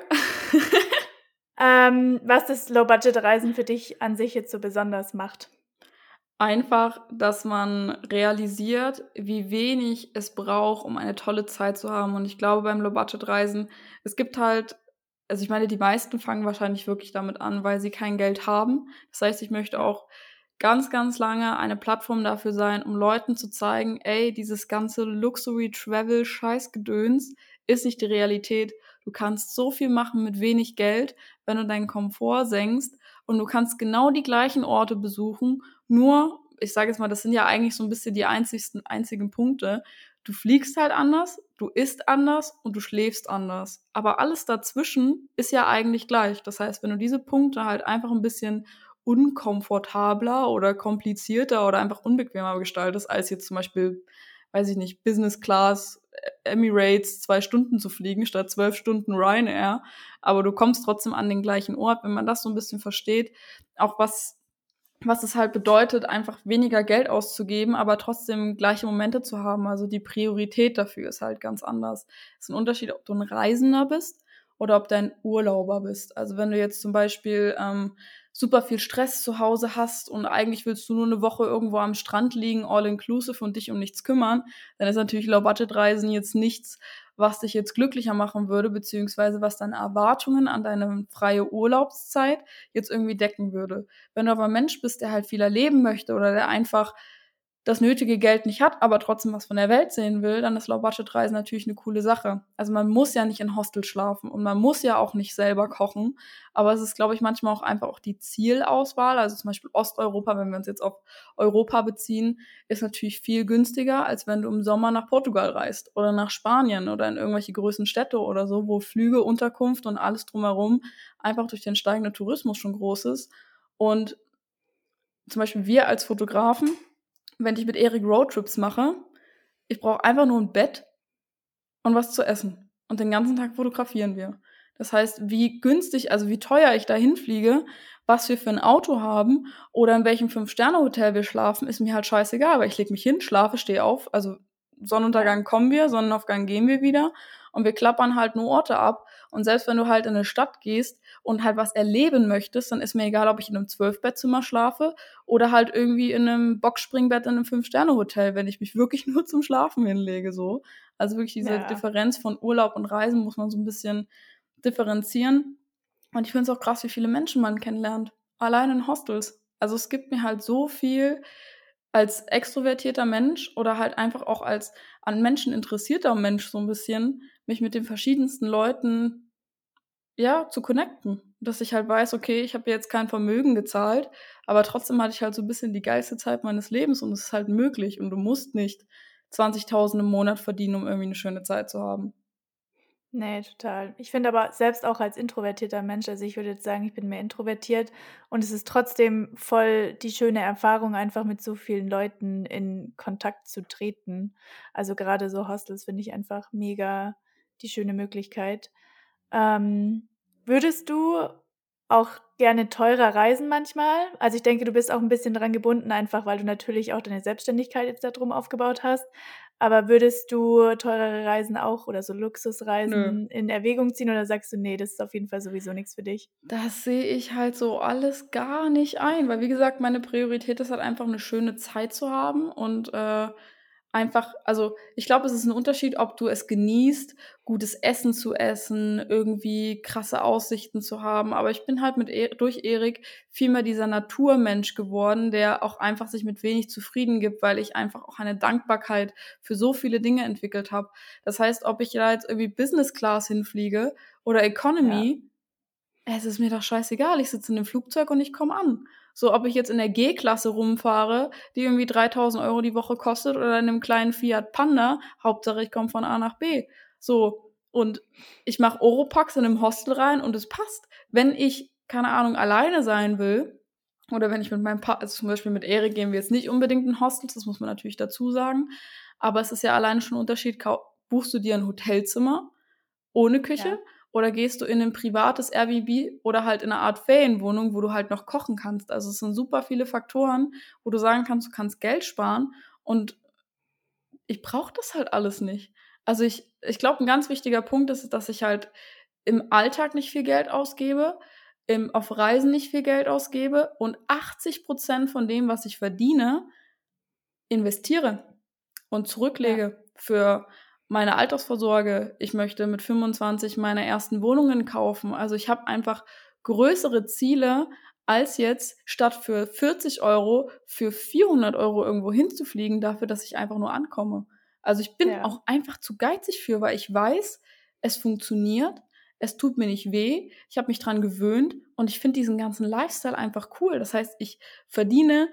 Ähm, was das Low-Budget-Reisen für dich an sich jetzt so besonders macht? Einfach, dass man realisiert, wie wenig es braucht, um eine tolle Zeit zu haben. Und ich glaube, beim Low-Budget-Reisen es gibt halt also, ich meine, die meisten fangen wahrscheinlich wirklich damit an, weil sie kein Geld haben. Das heißt, ich möchte Ja. auch ganz, ganz lange eine Plattform dafür sein, um Leuten zu zeigen: „Ey, dieses ganze Luxury-Travel-Scheißgedöns ist nicht die Realität. Du kannst so viel machen mit wenig Geld, wenn du deinen Komfort senkst und du kannst genau die gleichen Orte besuchen, nur“ ich sage jetzt mal, das sind ja eigentlich so 'n bisschen die einzigsten einzigen Punkte. Du fliegst halt anders, du isst anders und du schläfst anders. Aber alles dazwischen ist ja eigentlich gleich. Das heißt, wenn du diese Punkte halt einfach 'n bisschen unkomfortabler oder komplizierter oder einfach unbequemer gestaltest, als jetzt zum Beispiel, weiß ich nicht, Business Class, E Emirates zwei Stunden zu fliegen statt zwölf Stunden Ryanair, aber du kommst trotzdem an den gleichen Ort. Wenn man das so 'n bisschen versteht, auch was was es halt bedeutet, einfach weniger Geld auszugeben, aber trotzdem gleiche Momente zu haben. Also, die Priorität dafür ist halt ganz anders. Ist 'n Unterschied, ob du 'n Reisender bist oder ob du ein Urlauber bist. Also, wenn du jetzt zum Beispiel, ähm, super viel Stress zu Hause hast und eigentlich willst du nur 'ne Woche irgendwo am Strand liegen, all inclusive und dich um nichts kümmern, dann ist natürlich Low-Budget-Reisen jetzt nichts, was dich jetzt glücklicher machen würde, beziehungsweise was deine Erwartungen an deine freie Urlaubszeit jetzt irgendwie decken würde. Wenn du aber 'n Mensch bist, der halt viel erleben möchte oder der einfach das nötige Geld nicht hat, aber trotzdem was von der Welt sehen will, dann ist Low-Budget-Reisen natürlich eine coole Sache. Also man muss ja nicht in Hostel schlafen und man muss ja auch nicht selber kochen, aber es ist, glaube ich, manchmal auch einfach auch die Zielauswahl. Also zum Beispiel Osteuropa, wenn wir uns jetzt auf Europa beziehen, ist natürlich viel günstiger, als wenn du im Sommer nach Portugal reist oder nach Spanien oder in irgendwelche größeren Städte oder so, wo Flüge, Unterkunft und alles drumherum einfach durch den steigenden Tourismus schon groß ist. Und zum Beispiel wir als Fotografen, wenn ich mit Erik Roadtrips mache, ich brauche einfach nur ein Bett und was zu essen. Und den ganzen Tag fotografieren wir. Das heißt, wie günstig, also wie teuer ich da hinfliege, was wir für ein Auto haben oder in welchem Fünf-Sterne-Hotel wir schlafen, ist mir halt scheißegal, weil ich lege mich hin, schlafe, stehe auf, also Sonnenuntergang kommen wir, Sonnenaufgang gehen wir wieder und wir klappern halt nur Orte ab. Und selbst wenn du halt in eine Stadt gehst und halt was erleben möchtest, dann ist mir egal, ob ich in einem Zwölf-Bettzimmer schlafe oder halt irgendwie in einem Boxspringbett in einem Fünf-Sterne-Hotel, wenn ich mich wirklich nur zum Schlafen hinlege, so. Also wirklich diese Ja. Differenz von Urlaub und Reisen muss man so ein bisschen differenzieren. Und ich finde es auch krass, wie viele Menschen man kennenlernt. Allein in Hostels. Also es gibt mir halt so viel als extrovertierter Mensch oder halt einfach auch als an Menschen interessierter Mensch so ein bisschen, mich mit den verschiedensten Leuten, ja, zu connecten. Dass ich halt weiß, okay, ich habe jetzt kein Vermögen gezahlt, aber trotzdem hatte ich halt so ein bisschen die geilste Zeit meines Lebens und es ist halt möglich und du musst nicht zwanzigtausend im Monat verdienen, um irgendwie eine schöne Zeit zu haben. Nee, total. Ich finde aber selbst auch als introvertierter Mensch, also ich würde jetzt sagen, ich bin mehr introvertiert und es ist trotzdem voll die schöne Erfahrung, einfach mit so vielen Leuten in Kontakt zu treten. Also gerade so Hostels finde ich einfach mega die schöne Möglichkeit. Ähm, würdest du auch gerne teurer reisen manchmal? Also ich denke, du bist auch ein bisschen dran gebunden, einfach weil du natürlich auch deine Selbstständigkeit jetzt da drum aufgebaut hast. Aber würdest du teurere Reisen auch oder so Nö. Luxusreisen in Erwägung ziehen oder sagst du: „Nee, das ist auf jeden Fall sowieso nichts für dich?“ Das sehe ich halt so alles gar nicht ein, weil wie gesagt, meine Priorität ist halt einfach eine schöne Zeit zu haben und, äh, einfach also, ich glaube, es ist ein Unterschied, ob du es genießt, gutes Essen zu essen, irgendwie krasse Aussichten zu haben. Aber ich bin halt mit E durch Erik viel mehr dieser Naturmensch geworden, der auch einfach sich mit wenig zufrieden gibt, weil ich einfach auch eine Dankbarkeit für so viele Dinge entwickelt habe. Das heißt, ob ich da jetzt irgendwie Business Class hinfliege oder Ja. Economy, es ist mir doch scheißegal, ich sitze in 'nem Flugzeug und ich komme an. So, ob ich jetzt in der G-Klasse rumfahre, die irgendwie dreitausend Euro die Woche kostet oder in 'nem kleinen Fiat Panda, Hauptsache ich komme von A nach B. So, und ich mache Oropax in 'nem Hostel rein und es passt. Wenn ich, keine Ahnung, alleine sein will oder wenn ich mit meinem Pa also zum Beispiel mit Erik gehen wir jetzt nicht unbedingt in Hostels, das muss man natürlich dazu sagen, aber es ist ja alleine schon 'n Unterschied, kau buchst du dir 'n Hotelzimmer ohne Küche Ja. oder gehst du in ein privates Airbnb oder halt in 'ne Art Ferienwohnung, wo du halt noch kochen kannst? Also, es sind super viele Faktoren, wo du sagen kannst, du kannst Geld sparen und ich brauche das halt alles nicht. Also, ich ich glaube, 'n ganz wichtiger Punkt ist, dass ich halt im Alltag nicht viel Geld ausgebe, im auf Reisen nicht viel Geld ausgebe und achtzig Prozent von dem, was ich verdiene, investiere und Ja. zurücklege für meine Altersvorsorge. Ich möchte mit fünfundzwanzig meine ersten Wohnungen kaufen. Also, ich habe einfach größere Ziele, als jetzt statt für vierzig Euro für vierhundert Euro irgendwo hinzufliegen, dafür, dass ich einfach nur ankomme. Also, ich bin Ja. auch einfach zu geizig für, weil ich weiß, es funktioniert, es tut mir nicht weh, ich habe mich dran gewöhnt und ich finde diesen ganzen Lifestyle einfach cool. Das heißt, ich verdiene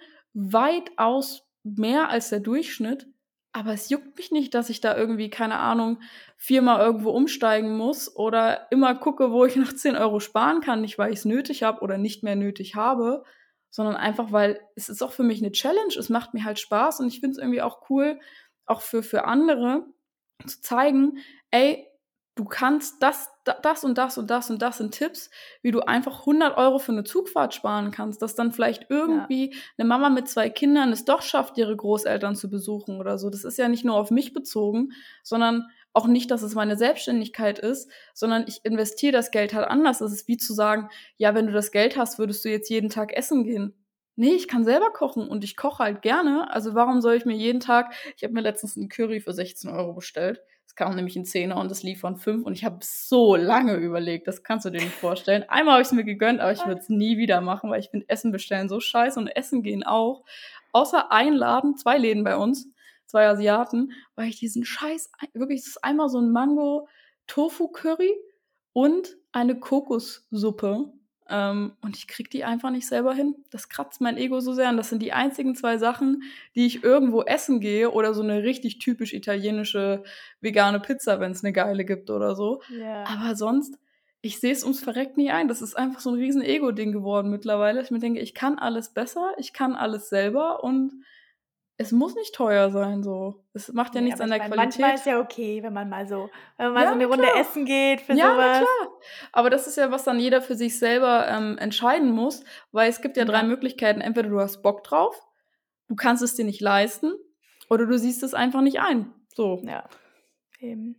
weitaus mehr als der Durchschnitt, aber es juckt mich nicht, dass ich da irgendwie, keine Ahnung, viermal irgendwo umsteigen muss oder immer gucke, wo ich noch zehn Euro sparen kann, nicht weil ich's nötig habe oder nicht mehr nötig habe, sondern einfach, weil es ist auch für mich 'ne Challenge. Es macht mir halt Spaß und ich finde es irgendwie auch cool, auch für für andere zu zeigen: „Ey, du kannst das da das und das und das und das sind Tipps, wie du einfach hundert Euro für 'ne Zugfahrt sparen kannst“, dass dann vielleicht Ja. irgendwie 'ne Mama mit zwei Kindern es doch schafft, ihre Großeltern zu besuchen oder so. Das ist ja nicht nur auf mich bezogen, sondern auch nicht, dass es meine Selbstständigkeit ist, sondern ich investiere das Geld halt anders. Das ist wie zu sagen: „Ja, wenn du das Geld hast, würdest du jetzt jeden Tag essen gehen.“ Ne, ich kann selber kochen und ich koche halt gerne. Also, warum soll ich mir jeden Tag ich habe mir letztens 'n Curry für sechzehn Euro bestellt. Es kam nämlich 'n Zehner und es liefern fünf und ich habe so lange überlegt, das kannst du dir nicht vorstellen. Einmal habe ich's mir gegönnt, aber ich würde es nie wieder machen, weil ich finde Essen bestellen so scheiße und essen gehen auch. außer ein Laden, zwei Läden bei uns, zwei Asiaten, weil ich diesen Scheiß, wirklich, es ist einmal so ein Mango-Tofu-Curry und eine Kokossuppe. Ähm, und ich krieg die einfach nicht selber hin. Das kratzt mein Ego so sehr. Und das sind die einzigen zwei Sachen, die ich irgendwo essen gehe oder so eine richtig typisch italienische vegane Pizza, wenn es eine geile gibt oder so. Ja. Aber sonst, ich sehe es ums Verrecken nie ein. Das ist einfach so ein riesen Ego-Ding geworden mittlerweile. Ich mir denke, ich kann alles besser, ich kann alles selber und es muss nicht teuer sein, so. Es macht ja Nee, nichts aber an ich der meine, manchmal ist Qualität. ja okay, wenn man mal so, wenn man mal Ja, so eine na Runde klar. essen geht für Ja, na sowas. klar. Aber das ist ja, was dann jeder für sich selber ähm, entscheiden muss, weil es gibt ja drei Ja. Möglichkeiten. Entweder du hast Bock drauf, du kannst es dir nicht leisten oder du siehst es einfach nicht ein. So. Ja, eben.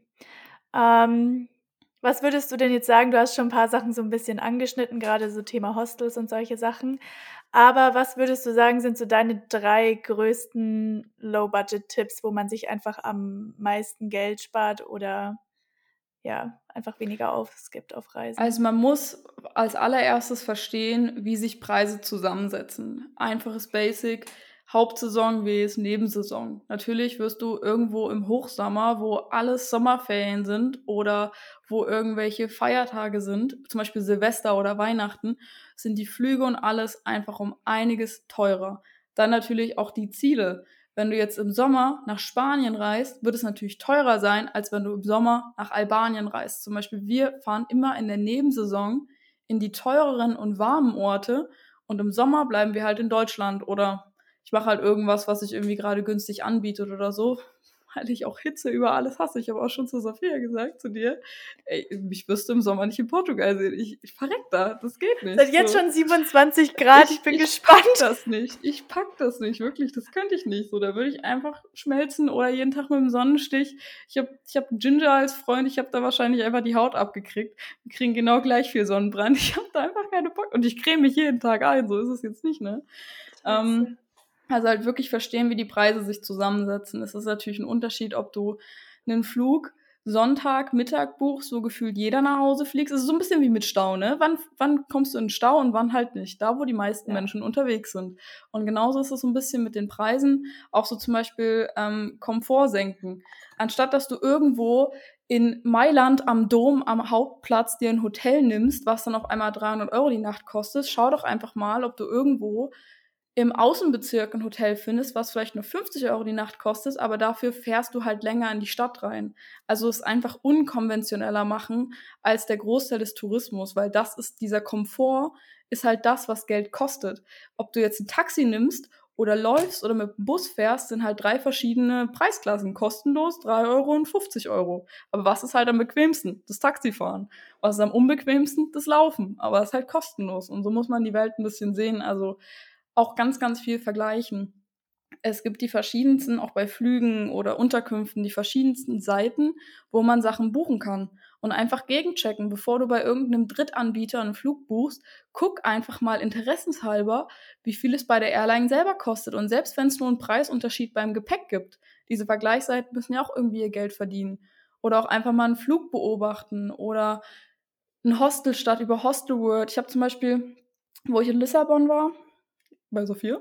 Ähm, was würdest du denn jetzt sagen? Du hast schon ein paar Sachen so ein bisschen angeschnitten, gerade so Thema Hostels und solche Sachen. Aber was würdest du sagen, sind so deine drei größten Low-Budget-Tipps, wo man sich einfach am meisten Geld spart oder ja, einfach weniger ausgibt auf Reisen? Also man muss als allererstes verstehen, wie sich Preise zusammensetzen. Einfaches Basic, Hauptsaison vs Nebensaison. Natürlich wirst du irgendwo im Hochsommer, wo alles Sommerferien sind oder wo irgendwelche Feiertage sind, zum Beispiel Silvester oder Weihnachten, sind die Flüge und alles einfach um einiges teurer. Dann natürlich auch die Ziele. Wenn du jetzt im Sommer nach Spanien reist, wird es natürlich teurer sein, als wenn du im Sommer nach Albanien reist. Zum Beispiel, wir fahren immer in der Nebensaison in die teureren und warmen Orte und im Sommer bleiben wir halt in Deutschland oder ich mache halt irgendwas, was sich irgendwie gerade günstig anbietet oder so, weil ich auch Hitze über alles hasse. Ich habe auch schon zu Sophia gesagt, zu dir, ey, ich wirst du im Sommer nicht in Portugal sehen. Ich, ich verreck da, das geht nicht. Seit jetzt so. schon siebenundzwanzig Grad, ich, Ich, bin ich gespannt. pack das nicht. Ich pack das nicht, wirklich. Das könnte ich nicht. So, da würde ich einfach schmelzen oder jeden Tag mit dem Sonnenstich. Ich habe ich hab Ginger als Freund, ich habe da wahrscheinlich einfach die Haut abgekriegt. Wir kriegen genau gleich viel Sonnenbrand. Ich habe da einfach keine Bock. Und ich creme mich jeden Tag ein, so ist es jetzt nicht, ne? Ähm, also halt wirklich verstehen, wie die Preise sich zusammensetzen. Es ist natürlich ein Unterschied, ob du einen Flug Sonntag, Mittag buchst, so gefühlt jeder nach Hause fliegst. Es ist so ein bisschen wie mit Stau, ne? Wann, wann kommst du in den Stau und wann halt nicht? Da, wo die meisten Ja. Menschen unterwegs sind. Und genauso ist es so ein bisschen mit den Preisen. Auch so zum Beispiel ähm, Komfort senken. Anstatt, dass du irgendwo in Mailand am Dom, am Hauptplatz dir ein Hotel nimmst, was dann auf einmal dreihundert Euro die Nacht kostet, schau doch einfach mal, ob du irgendwo im Außenbezirk ein Hotel findest, was vielleicht nur fünfzig Euro die Nacht kostet, aber dafür fährst du halt länger in die Stadt rein. Also es einfach unkonventioneller machen als der Großteil des Tourismus, weil das ist, dieser Komfort ist halt das, was Geld kostet. Ob du jetzt ein Taxi nimmst oder läufst oder mit dem Bus fährst, sind halt drei verschiedene Preisklassen. Kostenlos, drei Euro und fünfzig Euro. Aber was ist halt am bequemsten? Das Taxifahren. Was ist am unbequemsten? Das Laufen. Aber es ist halt kostenlos. Und so muss man die Welt ein bisschen sehen. Also auch ganz, ganz viel vergleichen. Es gibt die verschiedensten, auch bei Flügen oder Unterkünften, die verschiedensten Seiten, wo man Sachen buchen kann. Und einfach gegenchecken, bevor du bei irgendeinem Drittanbieter einen Flug buchst, guck einfach mal interessenshalber, wie viel es bei der Airline selber kostet. Und selbst wenn es nur einen Preisunterschied beim Gepäck gibt, diese Vergleichsseiten müssen ja auch irgendwie ihr Geld verdienen. Oder auch einfach mal einen Flug beobachten oder ein Hostel statt über Hostelworld. Ich habe zum Beispiel, wo ich in Lissabon war, bei Sophia,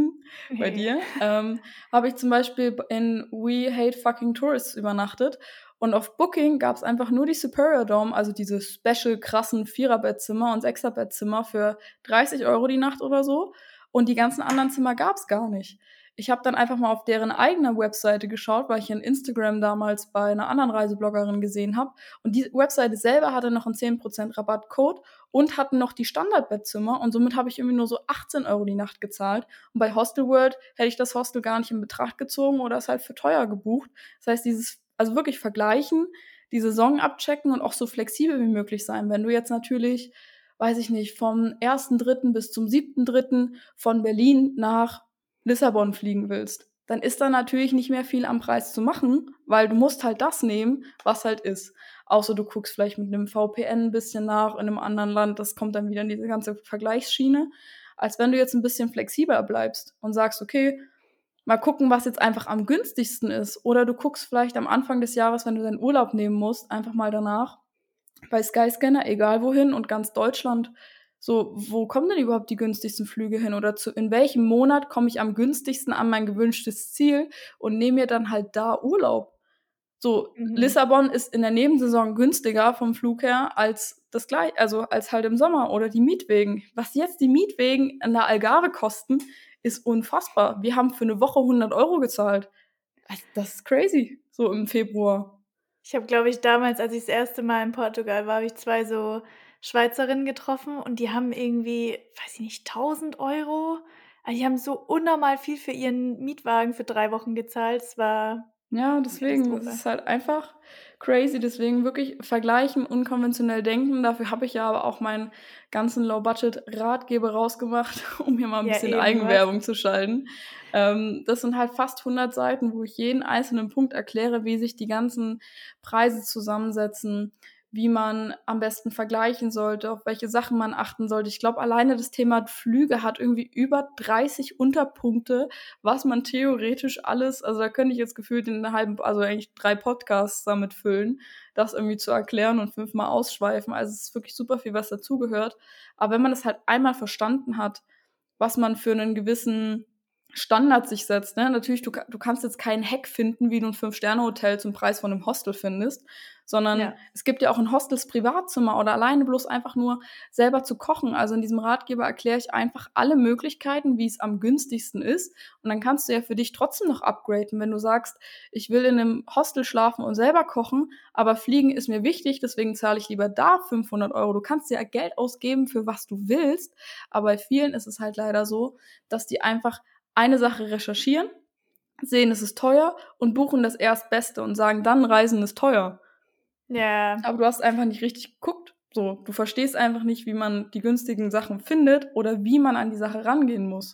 bei dir, ähm, habe ich zum Beispiel in We Hate Fucking Tourists übernachtet und auf Booking gab es einfach nur die Superior Dome, also diese special krassen Viererbettzimmer und Sechserbettzimmer für dreißig Euro die Nacht oder so und die ganzen anderen Zimmer gab es gar nicht. Ich habe dann einfach mal auf deren eigener Webseite geschaut, weil ich in Instagram damals bei einer anderen Reisebloggerin gesehen habe und die Webseite selber hatte noch einen zehn Prozent Rabattcode und hatten noch die Standardbettzimmer und somit habe ich irgendwie nur so achtzehn Euro die Nacht gezahlt. Und bei Hostelworld hätte ich das Hostel gar nicht in Betracht gezogen oder es halt für teuer gebucht. Das heißt, dieses, also wirklich vergleichen, die Saison abchecken und auch so flexibel wie möglich sein. Wenn du jetzt natürlich, weiß ich nicht, vom ersten dritten bis zum siebten dritten von Berlin nach Lissabon fliegen willst, dann ist da natürlich nicht mehr viel am Preis zu machen, weil du musst halt das nehmen, was halt ist. Außer du guckst vielleicht mit einem V P N ein bisschen nach in einem anderen Land, das kommt dann wieder in diese ganze Vergleichsschiene. Als wenn du jetzt ein bisschen flexibler bleibst und sagst, okay, mal gucken, was jetzt einfach am günstigsten ist. Oder du guckst vielleicht am Anfang des Jahres, wenn du deinen Urlaub nehmen musst, einfach mal danach bei Skyscanner, egal wohin und ganz Deutschland, So, wo kommen denn überhaupt die günstigsten Flüge hin oder zu in welchem Monat komme ich am günstigsten an mein gewünschtes Ziel und nehme mir dann halt da Urlaub? So, Mhm. Lissabon ist in der Nebensaison günstiger vom Flug her als das gleich also, als halt im Sommer oder die Mietwegen. Was jetzt die Mietwegen in der Algarve kosten, ist unfassbar. Wir haben für 'ne Woche hundert Euro gezahlt. Also, das ist crazy, so im Februar. Ich habe, glaube ich, damals, als ich das erste Mal in Portugal war, habe ich zwei so Schweizerinnen getroffen und die haben irgendwie, weiß ich nicht, tausend Euro. Also, die haben so unnormal viel für ihren Mietwagen für drei Wochen gezahlt. Es war Ja, 'ne deswegen, es Katastrophe. ist halt einfach crazy. Deswegen wirklich vergleichen, unkonventionell denken. Dafür habe ich ja aber auch meinen ganzen Low-Budget-Ratgeber rausgemacht, um hier mal 'n Ja, bisschen eben, du hast Eigenwerbung zu schalten. Ähm, das sind halt fast hundert Seiten, wo ich jeden einzelnen Punkt erkläre, wie sich die ganzen Preise zusammensetzen, wie man am besten vergleichen sollte, auf welche Sachen man achten sollte. Ich glaube, alleine das Thema Flüge hat irgendwie über dreißig Unterpunkte, was man theoretisch alles also, da könnte ich jetzt gefühlt in 'ner halben also, eigentlich drei Podcasts damit füllen, das irgendwie zu erklären und fünfmal ausschweifen. Also, es ist wirklich super viel, was dazugehört. Aber wenn man das halt einmal verstanden hat, was man für 'nen gewissen Standard sich setzt, ne? Natürlich, du ka du kannst jetzt keinen Hack finden, wie du 'n Fünf-Sterne-Hotel zum Preis von 'nem Hostel findest, sondern Ja. es gibt ja auch in Hostels Privatzimmer oder alleine bloß einfach nur selber zu kochen. Also, in diesem Ratgeber erkläre ich einfach alle Möglichkeiten, wie es am günstigsten ist. Und dann kannst du ja für dich trotzdem noch upgraden, wenn du sagst: „Ich will in 'nem Hostel schlafen und selber kochen, aber Fliegen ist mir wichtig, deswegen zahle ich lieber da fünfhundert Euro.“ Du kannst ja Geld ausgeben, für was du willst, aber bei vielen ist es halt leider so, dass die einfach eine Sache recherchieren, sehen, es ist teuer und buchen das Erstbeste und sagen dann: „Reisen ist teuer.“ Ja. Aber du hast einfach nicht richtig geguckt. So, du verstehst einfach nicht, wie man die günstigen Sachen findet oder wie man an die Sache rangehen muss.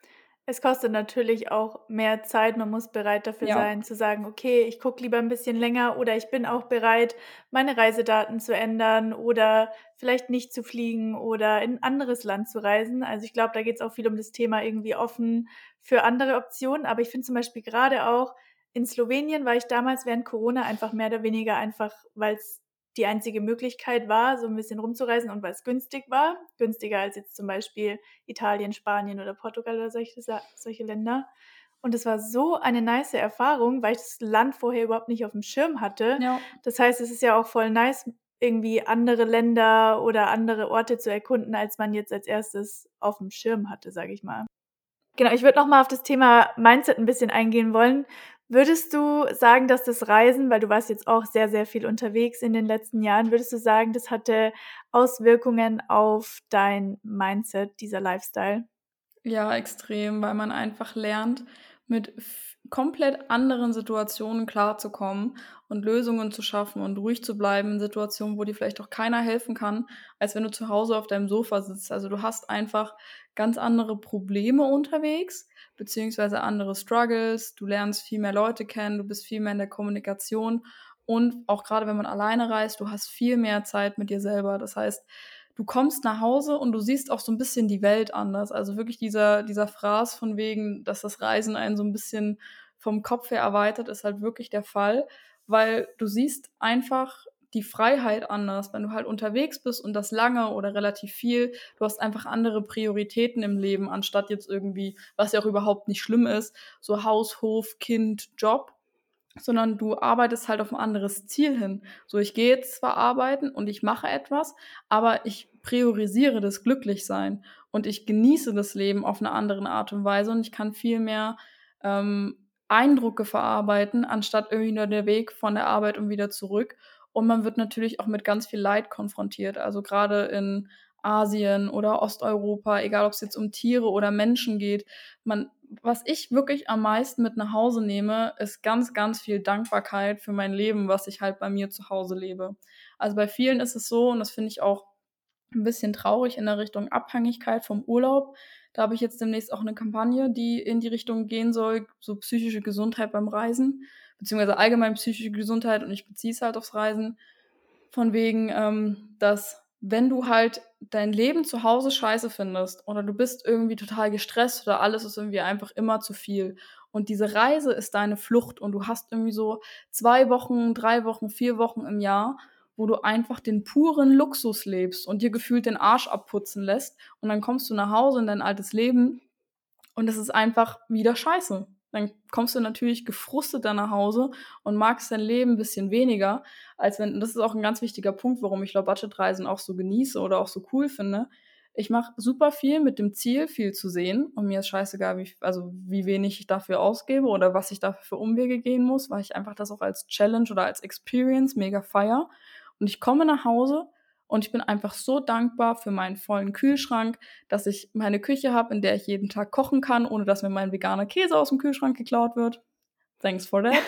Es kostet natürlich auch mehr Zeit. Man muss bereit dafür Ja. sein, zu sagen: „Okay, ich gucke lieber 'n bisschen länger“, oder „Ich bin auch bereit, meine Reisedaten zu ändern oder vielleicht nicht zu fliegen oder in 'n anderes Land zu reisen.“ Also, ich glaube, da geht's auch viel um das Thema irgendwie offen für andere Optionen. Aber ich finde zum Beispiel grade auch in Slowenien war ich damals während Corona einfach mehr oder weniger einfach, weil's die einzige Möglichkeit war, so 'n bisschen rumzureisen und weil's günstig war, günstiger als jetzt zum Beispiel Italien, Spanien oder Portugal oder solche Sa solche Länder. Und es war so eine nice Erfahrung, weil ich das Land vorher überhaupt nicht aufm Schirm hatte. Ja. Das heißt, es ist ja auch voll nice, irgendwie andere Länder oder andere Orte zu erkunden, als man jetzt als Erstes aufm Schirm hatte, sage ich mal. Genau, ich würde noch mal auf das Thema Mindset 'n bisschen eingehen wollen. Würdest du sagen, dass das Reisen weil du warst jetzt auch sehr, sehr viel unterwegs in den letzten Jahren, würdest du sagen, das hatte Auswirkungen auf dein Mindset, dieser Lifestyle? Ja, extrem, weil man einfach lernt, mit v komplett anderen Situationen klarzukommen und Lösungen zu schaffen und ruhig zu bleiben in Situationen, wo dir vielleicht auch keiner helfen kann, als wenn du zu Hause auf deinem Sofa sitzt. Also, du hast einfach ganz andere Probleme unterwegs, beziehungsweise andere Struggles. Du lernst viel mehr Leute kennen, du bist viel mehr in der Kommunikation und auch grade wenn man alleine reist, du hast viel mehr Zeit mit dir selber. Das heißt, du kommst nach Hause und du siehst auch so 'n bisschen die Welt anders. Also, wirklich dieser dieser Phras von wegen, dass das Reisen einen so 'n bisschen vom Kopf her erweitert, ist halt wirklich der Fall, weil du siehst einfach die Freiheit anders, wenn du halt unterwegs bist und das lange oder relativ viel. Du hast einfach andere Prioritäten im Leben, anstatt jetzt irgendwie was ja auch überhaupt nicht schlimm ist, so Haus, Hof, Kind, Job, sondern du arbeitest halt auf 'n anderes Ziel hin. So, ich gehe jetzt zwar arbeiten und ich mache etwas, aber ich priorisiere das Glücklichsein und ich genieße das Leben auf 'ne anderen Art und Weise und ich kann viel mehr, ähm, Eindrücke verarbeiten, anstatt irgendwie nur der Weg von der Arbeit und wieder zurück. Und man wird natürlich auch mit ganz viel Leid konfrontiert. Also, grade in Asien oder Osteuropa, egal ob's jetzt um Tiere oder Menschen geht. Man was ich wirklich am meisten mit nach Hause nehme, ist ganz, ganz viel Dankbarkeit für mein Leben, was ich halt bei mir zu Hause lebe. Also, bei vielen ist es so und das finde ich auch 'n bisschen traurig in der Richtung Abhängigkeit vom Urlaub. Da habe ich jetzt demnächst auch 'ne Kampagne, die in die Richtung gehen soll, so psychische Gesundheit beim Reisen, beziehungsweise allgemein psychische Gesundheit und ich beziehe es halt aufs Reisen. Von wegen, ähm, dass wenn du halt dein Leben zu Hause scheiße findest oder du bist irgendwie total gestresst oder alles ist irgendwie einfach immer zu viel und diese Reise ist deine Flucht und du hast irgendwie so zwei Wochen, drei Wochen, vier Wochen im Jahr, wo du einfach den puren Luxus lebst und dir gefühlt den Arsch abputzen lässt und dann kommst du nach Hause in dein altes Leben und es ist einfach wieder scheiße. Dann kommst du natürlich gefrustet da nach Hause und magst dein Leben ein bisschen weniger, als wenn, und das ist auch ein ganz wichtiger Punkt, warum ich Low-Budget-Reisen auch so genieße oder auch so cool finde. Ich mache super viel mit dem Ziel, viel zu sehen und mir ist scheißegal, wie, also wie wenig ich dafür ausgebe oder was ich dafür für Umwege gehen muss, weil ich einfach das auch als Challenge oder als Experience mega feier. Und ich komme nach Hause und ich bin einfach so dankbar für meinen vollen Kühlschrank, dass ich meine Küche habe, in der ich jeden Tag kochen kann, ohne dass mir mein veganer Käse aus dem Kühlschrank geklaut wird. Thanks for that.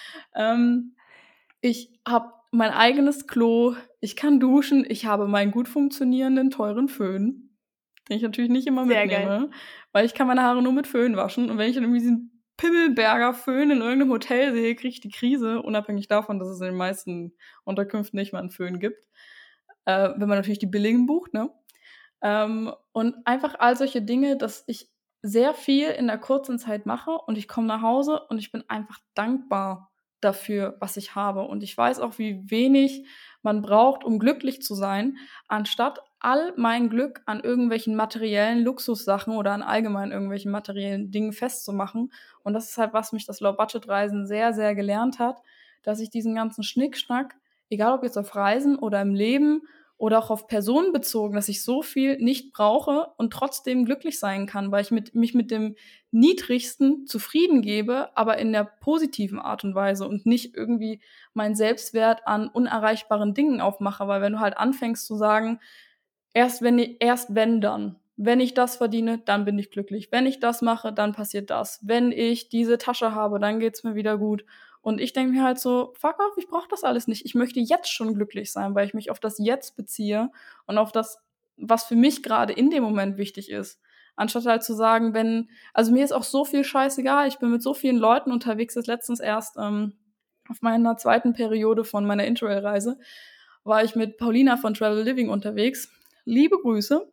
ähm, ich habe mein eigenes Klo, ich kann duschen, ich habe meinen gut funktionierenden, teuren Föhn, den ich natürlich nicht immer Sehr mitnehme, geil. weil ich kann meine Haare nur mit Föhn waschen. Und wenn ich dann irgendwie diesen Pimmelberger Föhn in irgendeinem Hotel sehe, kriege ich die Krise, unabhängig davon, dass es in den meisten Unterkünften nicht mal einen Föhn gibt. Äh, wenn man natürlich die billigen bucht, ne? Ähm, und einfach all solche Dinge, dass ich sehr viel in der kurzen Zeit mache und ich komme nach Hause und ich bin einfach dankbar dafür, was ich habe. Und ich weiß auch, wie wenig man braucht, um glücklich zu sein, anstatt all mein Glück an irgendwelchen materiellen Luxussachen oder an allgemein irgendwelchen materiellen Dingen festzumachen. Und das ist halt, was mich das Low-Budget-Reisen sehr, sehr gelernt hat, dass ich diesen ganzen Schnickschnack, egal ob jetzt auf Reisen oder im Leben oder auch auf Personen bezogen, dass ich so viel nicht brauche und trotzdem glücklich sein kann, weil ich mit, mich mit dem Niedrigsten zufrieden gebe, aber in der positiven Art und Weise und nicht irgendwie meinen Selbstwert an unerreichbaren Dingen aufmache, weil wenn du halt anfängst zu sagen, erst wenn, ich, erst wenn dann, wenn ich das verdiene, dann bin ich glücklich, wenn ich das mache, dann passiert das, wenn ich diese Tasche habe, dann geht's mir wieder gut. Und ich denke mir halt so, fuck off, ich brauche das alles nicht. Ich möchte jetzt schon glücklich sein, weil ich mich auf das Jetzt beziehe und auf das, was für mich gerade in dem Moment wichtig ist. Anstatt halt zu sagen, wenn, also mir ist auch so viel scheißegal, ich bin mit so vielen Leuten unterwegs, das letztens erst ähm, auf meiner zweiten Periode von meiner Interrail-Reise, war ich mit Paulina von Travel Living unterwegs. Liebe Grüße.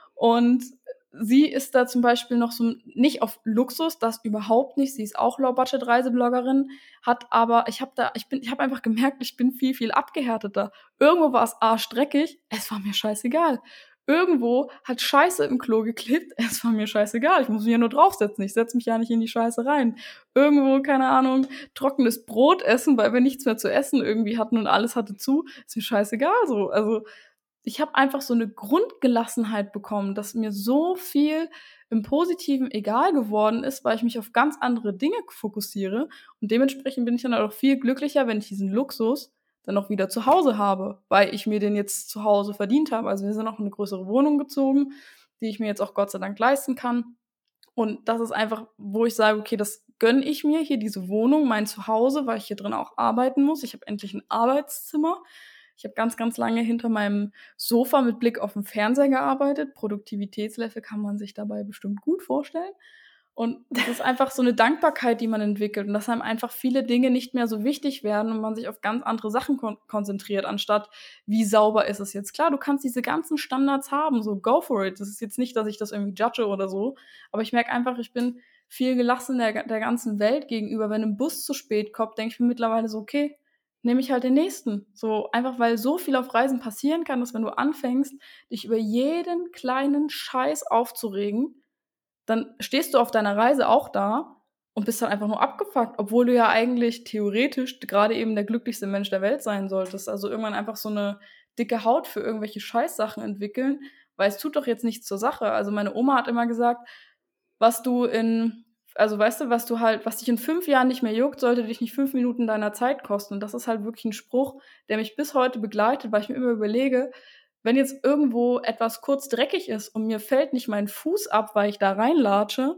Und sie ist da zum Beispiel noch so nicht auf Luxus, das überhaupt nicht. Sie ist auch Low-Budget-Reisebloggerin, hat aber, ich habe da, ich bin, ich habe einfach gemerkt, ich bin viel, viel abgehärteter. Irgendwo war es arschdreckig, es war mir scheißegal. Irgendwo hat Scheiße im Klo geklebt, es war mir scheißegal. Ich muss mich ja nur draufsetzen, ich setze mich ja nicht in die Scheiße rein. Irgendwo, keine Ahnung, trockenes Brot essen, weil wir nichts mehr zu essen irgendwie hatten und alles hatte zu, ist mir scheißegal so. Also ich habe einfach so eine Grundgelassenheit bekommen, dass mir so viel im Positiven egal geworden ist, weil ich mich auf ganz andere Dinge fokussiere. Und dementsprechend bin ich dann auch viel glücklicher, wenn ich diesen Luxus dann auch wieder zu Hause habe, weil ich mir den jetzt zu Hause verdient habe. Also wir sind auch in eine größere Wohnung gezogen, die ich mir jetzt auch Gott sei Dank leisten kann. Und das ist einfach, wo ich sage, okay, das gönne ich mir, hier diese Wohnung, mein Zuhause, weil ich hier drin auch arbeiten muss. Ich habe endlich ein Arbeitszimmer. Ich habe ganz, ganz lange hinter meinem Sofa mit Blick auf den Fernseher gearbeitet. Produktivitätslevel kann man sich dabei bestimmt gut vorstellen. Und das ist einfach so eine Dankbarkeit, die man entwickelt und dass einem einfach viele Dinge nicht mehr so wichtig werden und man sich auf ganz andere Sachen kon- konzentriert, anstatt wie sauber ist es jetzt. Klar, du kannst diese ganzen Standards haben, so go for it. Das ist jetzt nicht, dass ich das irgendwie judge oder so, aber ich merke einfach, ich bin viel gelassener der, der ganzen Welt gegenüber. Wenn ein Bus zu spät kommt, denke ich mir mittlerweile so, okay, nehme ich halt den nächsten. So einfach, weil so viel auf Reisen passieren kann, dass wenn du anfängst, dich über jeden kleinen Scheiß aufzuregen, dann stehst du auf deiner Reise auch da und bist dann einfach nur abgefuckt, obwohl du ja eigentlich theoretisch gerade eben der glücklichste Mensch der Welt sein solltest. Also irgendwann einfach so eine dicke Haut für irgendwelche Scheißsachen entwickeln, weil es tut doch jetzt nichts zur Sache. Also meine Oma hat immer gesagt, was du in, also weißt du, was du halt, was dich in fünf Jahren nicht mehr juckt, sollte dich nicht fünf Minuten deiner Zeit kosten. Und das ist halt wirklich ein Spruch, der mich bis heute begleitet, weil ich mir immer überlege, wenn jetzt irgendwo etwas kurz dreckig ist und mir fällt nicht mein Fuß ab, weil ich da reinlatsche,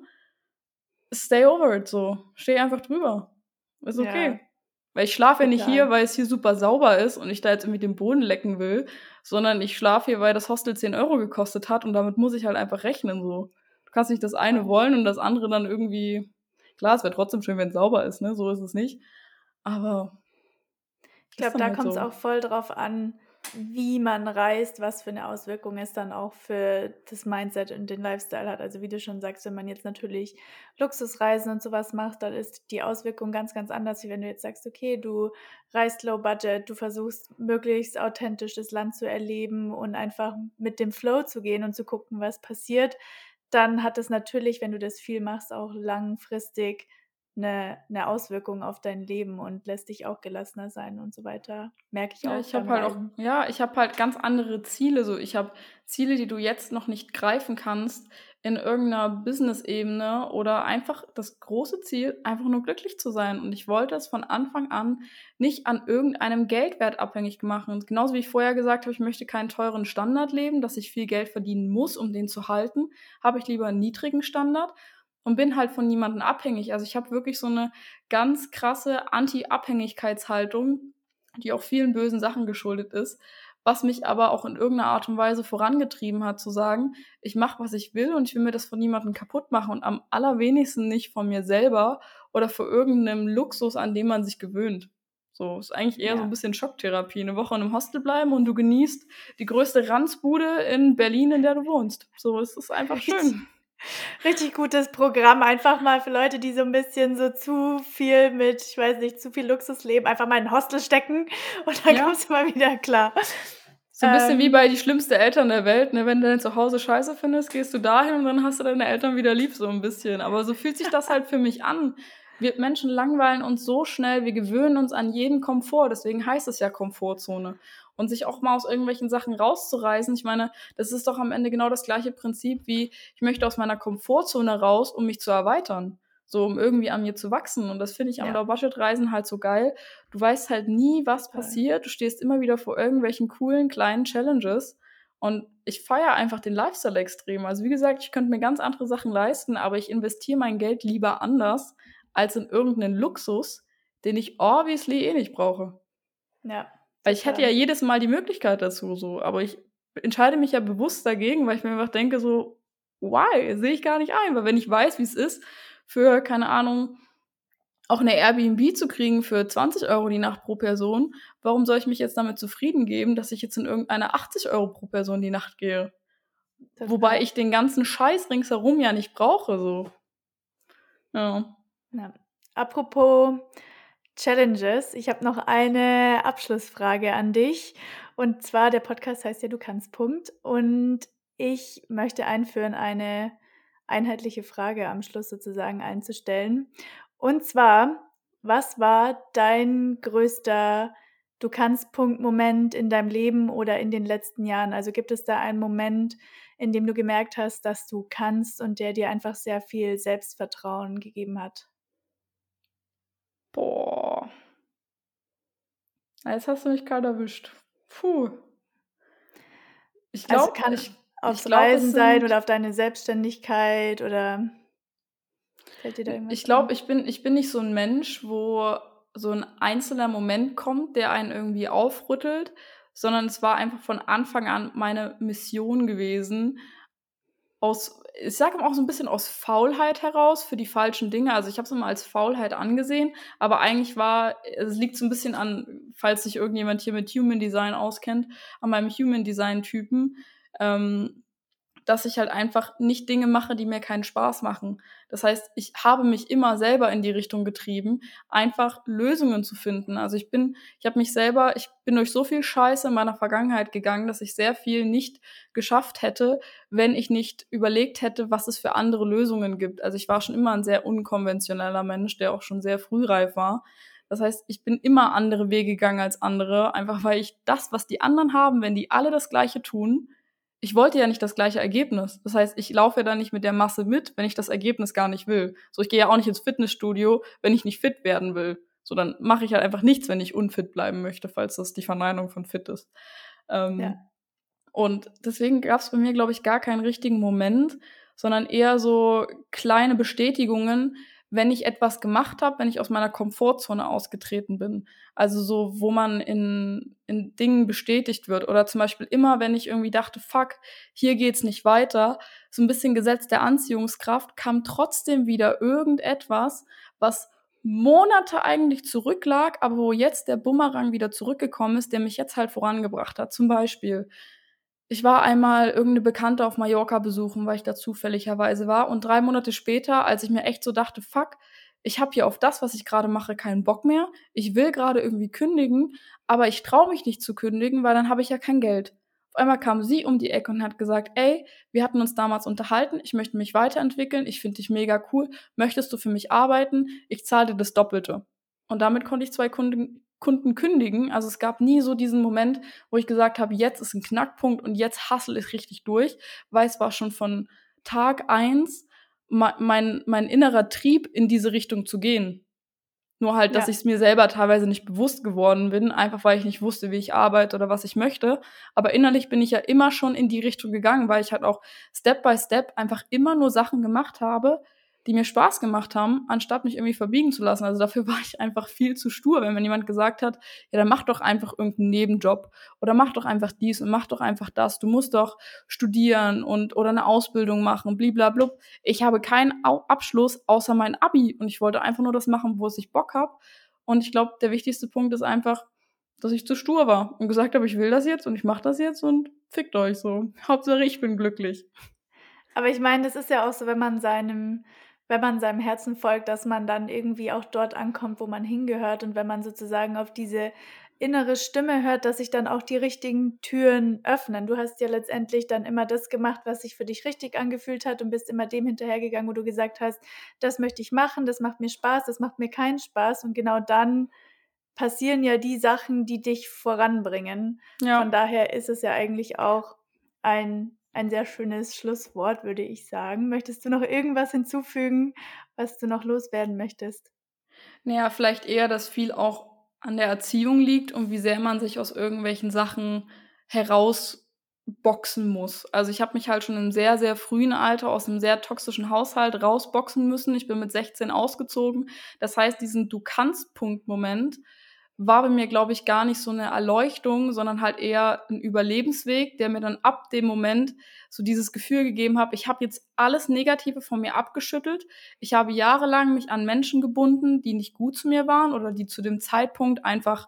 stay over it so. Steh einfach drüber. Ist okay. Ja, Weil ich schlafe ja nicht total. hier, weil es hier super sauber ist und ich da jetzt irgendwie den Boden lecken will, sondern ich schlafe hier, weil das Hostel zehn Euro gekostet hat und damit muss ich halt einfach rechnen so. Du kannst nicht das eine Voll. wollen und das andere dann irgendwie, klar, es wäre trotzdem schön, wenn es sauber ist, ne? So ist es nicht. Aber Ich ist glaube, dann da halt kommt es so. auch voll drauf an, wie man reist, was für eine Auswirkung es dann auch für das Mindset und den Lifestyle hat. Also, wie du schon sagst, wenn man jetzt natürlich Luxusreisen und sowas macht, dann ist die Auswirkung ganz, ganz anders, wie wenn du jetzt sagst: „Okay, du reist low budget, du versuchst möglichst authentisch das Land zu erleben und einfach mit dem Flow zu gehen und zu gucken, was passiert.“ Dann hat es natürlich, wenn du das viel machst, auch langfristig eine 'ne Auswirkung auf dein Leben und lässt dich auch gelassener sein und so weiter. Merke ich Ja, auch ich beim habe halt auch Reisen. ja, ich habe halt ganz andere Ziele so. Ich habe Ziele, die du jetzt noch nicht greifen kannst in irgendeiner Business-Ebene oder einfach das große Ziel, einfach nur glücklich zu sein. Und ich wollte es von Anfang an nicht an irgendeinem Geldwert abhängig machen. Und genauso wie ich vorher gesagt habe, ich möchte keinen teuren Standard leben, dass ich viel Geld verdienen muss, um den zu halten, habe ich lieber einen niedrigen Standard und bin halt von niemandem abhängig. Also, ich habe wirklich so eine ganz krasse Anti-Abhängigkeitshaltung, die auch vielen bösen Sachen geschuldet ist, was mich aber auch in irgendeiner Art und Weise vorangetrieben hat, zu sagen: „Ich mache, was ich will und ich will mir das von niemandem kaputt machen und am allerwenigsten nicht von mir selber oder vor irgendeinem Luxus, an dem man sich gewöhnt.“ So, ist eigentlich eher so 'n Ja. bisschen Schocktherapie. 'Ne Woche in 'nem Hostel bleiben und du genießt die größte Ranzbude in Berlin, in der du wohnst. So, es ist einfach Richtig schön. richtig gutes Programm. Einfach mal für Leute, die so 'n bisschen so zu viel mit, ich weiß nicht, zu viel Luxus leben, einfach mal in 'n Hostel stecken und dann Ja. kommst du mal wieder klar. So 'n bisschen wie Ähm, bei „Die schlimmsten Eltern der Welt“, ne? Wenn du dein Zuhause scheiße findest, gehst du dahin und dann hast du deine Eltern wieder lieb, so 'n bisschen. Aber so fühlt sich das halt für mich an. Wir Menschen langweilen uns so schnell, wir gewöhnen uns an jeden Komfort, deswegen heißt es ja Komfortzone. Und sich auch mal aus irgendwelchen Sachen rauszureißen, ich meine, das ist doch am Ende genau das gleiche Prinzip wie: Ich möchte aus meiner Komfortzone raus, um mich zu erweitern, so um irgendwie an mir zu wachsen. Und das finde ich am ja, Low-Budget-Reisen halt so geil. Du weißt halt nie, was total. passiert. Du stehst immer wieder vor irgendwelchen coolen kleinen Challenges und ich feiere einfach den Lifestyle extrem. Also, wie gesagt, ich könnte mir ganz andere Sachen leisten, aber ich investiere mein Geld lieber anders als in irgend 'nen Luxus, den ich obviously eh nicht brauche. Ja, Weil ich hätte ja total. jedes Mal die Möglichkeit dazu so, aber ich entscheide mich ja bewusst dagegen, weil ich mir einfach denke so: „Why?“ Sehe ich gar nicht ein, weil wenn ich weiß, wie's ist, für, keine Ahnung, auch 'ne Airbnb zu kriegen für zwanzig Euro die Nacht pro Person, warum soll ich mich jetzt damit zufrieden geben, dass ich jetzt in irgendeine achtzig Euro pro Person die Nacht gehe? Wobei Total. ich den ganzen Scheiß ringsherum ja nicht brauche so. Ja. Ja. Apropos Challenges, ich habe noch eine Abschlussfrage an dich. Und zwar, der Podcast heißt ja „Du kannst“, Punkt. Und ich möchte einführen, eine einheitliche Frage am Schluss sozusagen einzustellen. Und zwar: Was war dein größter „Du kannst“, Punkt Moment in deinem Leben oder in den letzten Jahren? Also, gibt es da einen Moment, in dem du gemerkt hast, dass du kannst und der dir einfach sehr viel Selbstvertrauen gegeben hat? Boah, jetzt hast du mich kalt erwischt. Puh. Ich Also, glaube kann ich ich aufs glaube, Reisen es sein sind oder auf deine Selbstständigkeit oder fällt dir da irgendwas ich glaube, ein? ich bin ich bin nicht so 'n Mensch, wo so 'n einzelner Moment kommt, der einen irgendwie aufrüttelt, sondern es war einfach von Anfang an meine Mission gewesen, aus ich sage mal auch so 'n bisschen aus Faulheit heraus für die falschen Dinge. Also, ich habe es immer als Faulheit angesehen, aber eigentlich war es liegt so 'n bisschen an, falls sich irgendjemand hier mit Human Design auskennt, an meinem Human Design Typen, ähm, dass ich halt einfach nicht Dinge mache, die mir keinen Spaß machen. Das heißt, ich habe mich immer selber in die Richtung getrieben, einfach Lösungen zu finden. Also, ich bin ich habe mich selber ich bin durch so viel Scheiße in meiner Vergangenheit gegangen, dass ich sehr viel nicht geschafft hätte, wenn ich nicht überlegt hätte, was es für andere Lösungen gibt. Also, ich war schon immer 'n sehr unkonventioneller Mensch, der auch schon sehr frühreif war. Das heißt, ich bin immer andere Wege gegangen als andere, einfach weil ich das, was die anderen haben, wenn die alle das Gleiche tun, ich wollte ja nicht das gleiche Ergebnis. Das heißt, ich laufe ja dann nicht mit der Masse mit, wenn ich das Ergebnis gar nicht will. So, ich gehe ja auch nicht ins Fitnessstudio, wenn ich nicht fit werden will. So, dann mache ich halt einfach nichts, wenn ich unfit bleiben möchte, falls das die Verneinung von fit ist. Ja, Ähm, und deswegen gab's bei mir, glaube ich, gar keinen richtigen Moment, sondern eher so kleine Bestätigungen, wenn ich etwas gemacht habe, wenn ich aus meiner Komfortzone ausgetreten bin. Also so, wo man in in Dingen bestätigt wird oder zum Beispiel immer, wenn ich irgendwie dachte: „Fuck, hier geht's nicht weiter“, so 'n bisschen Gesetz der Anziehungskraft, kam trotzdem wieder irgendetwas, was Monate eigentlich zurücklag, aber wo jetzt der Bumerang wieder zurückgekommen ist, der mich jetzt halt vorangebracht hat. Zum Beispiel, ich war einmal irgendeine Bekannte auf Mallorca besuchen, weil ich da zufälligerweise war. Und drei Monate später, als ich mir echt so dachte, fuck, ich habe hier auf das, was ich gerade mache, keinen Bock mehr. Ich will gerade irgendwie kündigen, aber ich traue mich nicht zu kündigen, weil dann habe ich ja kein Geld. Auf einmal kam sie um die Ecke und hat gesagt, ey, wir hatten uns damals unterhalten, ich möchte mich weiterentwickeln, ich finde dich mega cool, möchtest du für mich arbeiten? Ich zahle dir das Doppelte. Und damit konnte ich zwei Kunden, Kunden kündigen. Also es gab nie so diesen Moment, wo ich gesagt habe, jetzt ist ein Knackpunkt und jetzt hustle ich richtig durch, weil es war schon von Tag eins mein, mein, mein innerer Trieb, in diese Richtung zu gehen. Nur halt, dass Ja. ich es mir selber teilweise nicht bewusst geworden bin, einfach weil ich nicht wusste, wie ich arbeite oder was ich möchte. Aber innerlich bin ich ja immer schon in die Richtung gegangen, weil ich halt auch Step by Step einfach immer nur Sachen gemacht habe, die mir Spaß gemacht haben, anstatt mich irgendwie verbiegen zu lassen. Also dafür war ich einfach viel zu stur, wenn mir jemand gesagt hat, ja, dann mach doch einfach irgendeinen Nebenjob oder mach doch einfach dies und mach doch einfach das. Du musst doch studieren und oder eine Ausbildung machen, bliblablub. Ich habe keinen Au- Abschluss außer mein Abi und ich wollte einfach nur das machen, wo ich Bock habe. Und ich glaube, der wichtigste Punkt ist einfach, dass ich zu stur war und gesagt habe, ich will das jetzt und ich mache das jetzt und fickt euch so. Hauptsache ich bin glücklich. Aber ich meine, das ist ja auch so, wenn man seinem wenn man seinem Herzen folgt, dass man dann irgendwie auch dort ankommt, wo man hingehört und wenn man sozusagen auf diese innere Stimme hört, dass sich dann auch die richtigen Türen öffnen. Du hast ja letztendlich dann immer das gemacht, was sich für dich richtig angefühlt hat und bist immer dem hinterhergegangen, wo du gesagt hast, das möchte ich machen, das macht mir Spaß, das macht mir keinen Spaß und genau dann passieren ja die Sachen, die dich voranbringen. Von Ja. daher ist es ja eigentlich auch ein ein sehr schönes Schlusswort, würde ich sagen. Möchtest du noch irgendwas hinzufügen, was du noch loswerden möchtest? Naja, vielleicht eher, dass viel auch an der Erziehung liegt und wie sehr man sich aus irgendwelchen Sachen herausboxen muss. Also ich habe mich halt schon im sehr, sehr frühen Alter aus einem sehr toxischen Haushalt rausboxen müssen. Ich bin mit sechzehn ausgezogen. Das heißt, diesen Du-kannst-Punkt-Moment war bei mir, glaube ich, gar nicht so eine Erleuchtung, sondern halt eher ein Überlebensweg, der mir dann ab dem Moment so dieses Gefühl gegeben hat, ich habe jetzt alles Negative von mir abgeschüttelt. Ich habe jahrelang mich an Menschen gebunden, die nicht gut zu mir waren oder die zu dem Zeitpunkt einfach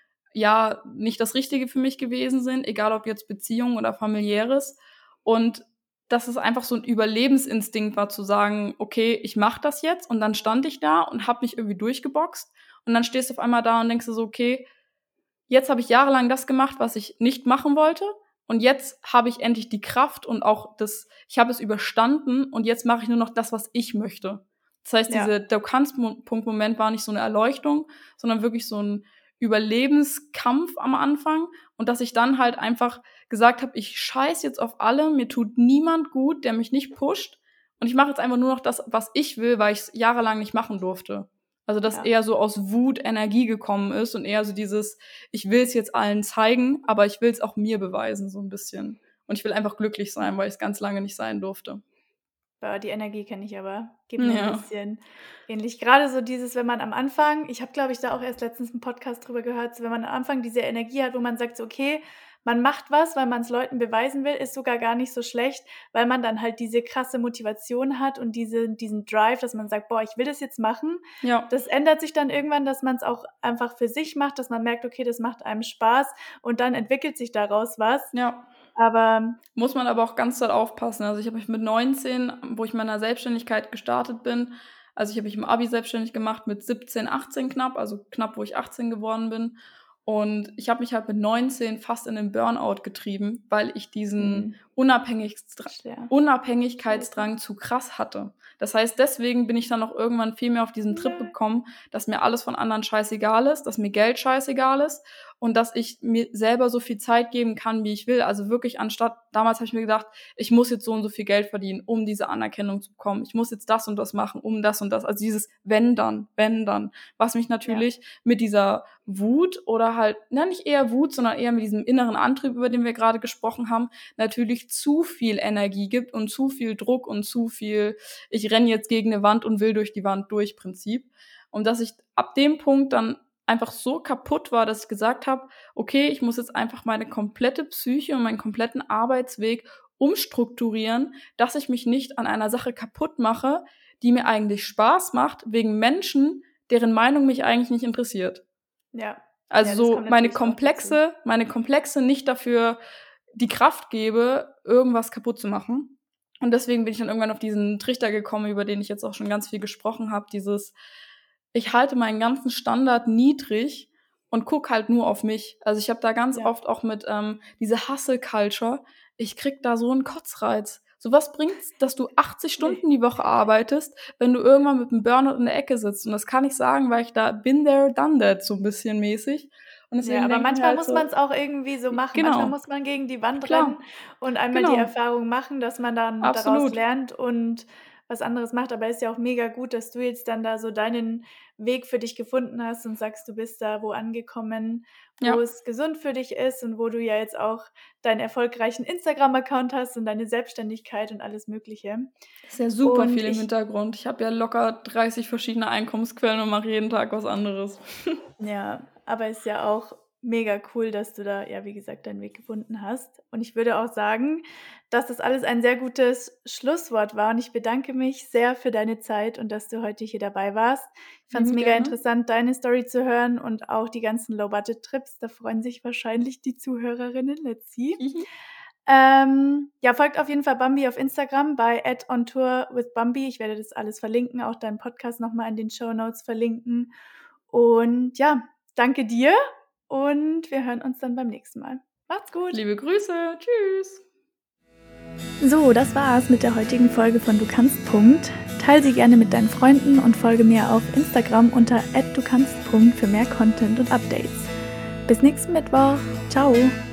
ja nicht das Richtige für mich gewesen sind, egal ob jetzt Beziehung oder familiäres. Und dass es einfach so ein Überlebensinstinkt war, zu sagen, okay, ich mache das jetzt. Und dann stand ich da und habe mich irgendwie durchgeboxt. Und dann stehst du auf einmal da und denkst du so, okay, jetzt habe ich jahrelang das gemacht, was ich nicht machen wollte. Und jetzt habe ich endlich die Kraft und auch das, ich habe es überstanden und jetzt mache ich nur noch das, was ich möchte. Das heißt, Ja. diese Du kannst-Punkt-Moment war nicht so eine Erleuchtung, sondern wirklich so ein Überlebenskampf am Anfang. Und dass ich dann halt einfach gesagt habe, ich scheiß jetzt auf alle, mir tut niemand gut, der mich nicht pusht. Und ich mache jetzt einfach nur noch das, was ich will, weil ich es jahrelang nicht machen durfte. Also, dass Ja. eher so aus Wut Energie gekommen ist und eher so dieses, ich will es jetzt allen zeigen, aber ich will es auch mir beweisen, so ein bisschen. Und ich will einfach glücklich sein, weil ich es ganz lange nicht sein durfte. Boah, die Energie kenne ich aber. Geht mir 'n Ja. bisschen ähnlich. Grade so dieses, wenn man am Anfang ich habe, glaube ich, da auch erst letztens 'n Podcast drüber gehört, so wenn man am Anfang diese Energie hat, wo man sagt so: „Okay, man macht was, weil man's Leuten beweisen will“, ist sogar gar nicht so schlecht, weil man dann halt diese krasse Motivation hat und diese diesen Drive, dass man sagt: „Boah, ich will das jetzt machen.“ Ja. Das ändert sich dann irgendwann, dass man's auch einfach für sich macht, dass man merkt: Okay, das macht einem Spaß und dann entwickelt sich daraus was. Ja. Aber Muss man aber auch ganz doll aufpassen. Also, ich habe mich mit neunzehn, wo ich in meiner Selbstständigkeit gestartet bin, also, ich habe mich im Abi selbstständig gemacht mit siebzehn, achtzehn knapp, also, knapp, wo ich achtzehn geworden bin. Und ich habe mich halt mit neunzehn fast in den Burnout getrieben, weil ich diesen mhm, Unabhängigsdra schwer. Unabhängigkeitsdrang zu krass hatte. Das heißt, deswegen bin ich dann auch irgendwann viel mehr auf diesen Trip gekommen, dass mir alles von anderen scheißegal ist, dass mir Geld scheißegal ist und dass ich mir selber so viel Zeit geben kann, wie ich will. Also wirklich anstatt, damals habe ich mir gedacht, ich muss jetzt so und so viel Geld verdienen, um diese Anerkennung zu bekommen. Ich muss jetzt das und das machen, um das und das. Also dieses wenn dann, wenn dann. Was mich Ja. natürlich mit dieser Wut oder halt, na nicht eher Wut, sondern eher mit diesem inneren Antrieb, über den wir gerade gesprochen haben, natürlich zu viel Energie gibt und zu viel Druck und zu viel, ich renne jetzt gegen eine Wand und will durch die Wand durch Prinzip. Und dass ich ab dem Punkt dann einfach so kaputt war, dass ich gesagt habe, okay, ich muss jetzt einfach meine komplette Psyche und meinen kompletten Arbeitsweg umstrukturieren, dass ich mich nicht an einer Sache kaputt mache, die mir eigentlich Spaß macht, wegen Menschen, deren Meinung mich eigentlich nicht interessiert. Ja. Also ja, so meine komplexe, meine komplexe nicht dafür die Kraft gebe, irgendwas kaputt zu machen. Und deswegen bin ich dann irgendwann auf diesen Trichter gekommen, über den ich jetzt auch schon ganz viel gesprochen habe, dieses, ich halte meinen ganzen Standard niedrig und guck halt nur auf mich. Also ich habe da ganz Ja. oft auch mit ähm, diese Hustle-Culture, ich krieg da so einen Kotzreiz. So, was bringt's, dass du achtzig Stunden die Woche arbeitest, wenn du irgendwann mit einem Burnout in der Ecke sitzt? Und das kann ich sagen, weil ich da been there, done that, so ein bisschen mäßig. Und deswegen Ja, aber denk ich mir manchmal halt muss so, man es auch irgendwie so machen. Genau. Manchmal muss man gegen die Wand Klar. rennen und einmal die Genau. Erfahrung machen, dass man dann daraus Absolut. lernt und was anderes macht. Aber ist ja auch mega gut, dass du jetzt dann da so deinen Weg für dich gefunden hast und sagst, du bist da wo angekommen, wo Ja. es gesund für dich ist und wo du ja jetzt auch deinen erfolgreichen Instagram-Account hast und deine Selbstständigkeit und alles Mögliche. Ist ja super Und viel im ich- Hintergrund. Ich habe ja locker dreißig verschiedene Einkommensquellen und mache jeden Tag was anderes. Ja, aber ist ja auch mega cool, dass du da, ja, wie gesagt, deinen Weg gefunden hast. Und ich würde auch sagen, dass das alles ein sehr gutes Schlusswort war. Und ich bedanke mich sehr für deine Zeit und dass du heute hier dabei warst. Ich fand es Liebend mega gerne. interessant, deine Story zu hören und auch die ganzen Low-Budget-Trips. Da freuen sich wahrscheinlich die Zuhörerinnen. Let's see. Ähm, ja, folgt auf jeden Fall Bambi auf Instagram bei at on tour with Bambi. Ich werde das alles verlinken, auch deinen Podcast nochmal in den Shownotes verlinken. Und ja, danke dir und wir hören uns dann beim nächsten Mal. Macht's gut. Liebe Grüße. Tschüss. So, das war's mit der heutigen Folge von Du kannst. Punkt. Teil sie gerne mit deinen Freunden und folge mir auf Instagram unter at du kannst. Punkt für mehr Content und Updates. Bis nächsten Mittwoch. Ciao.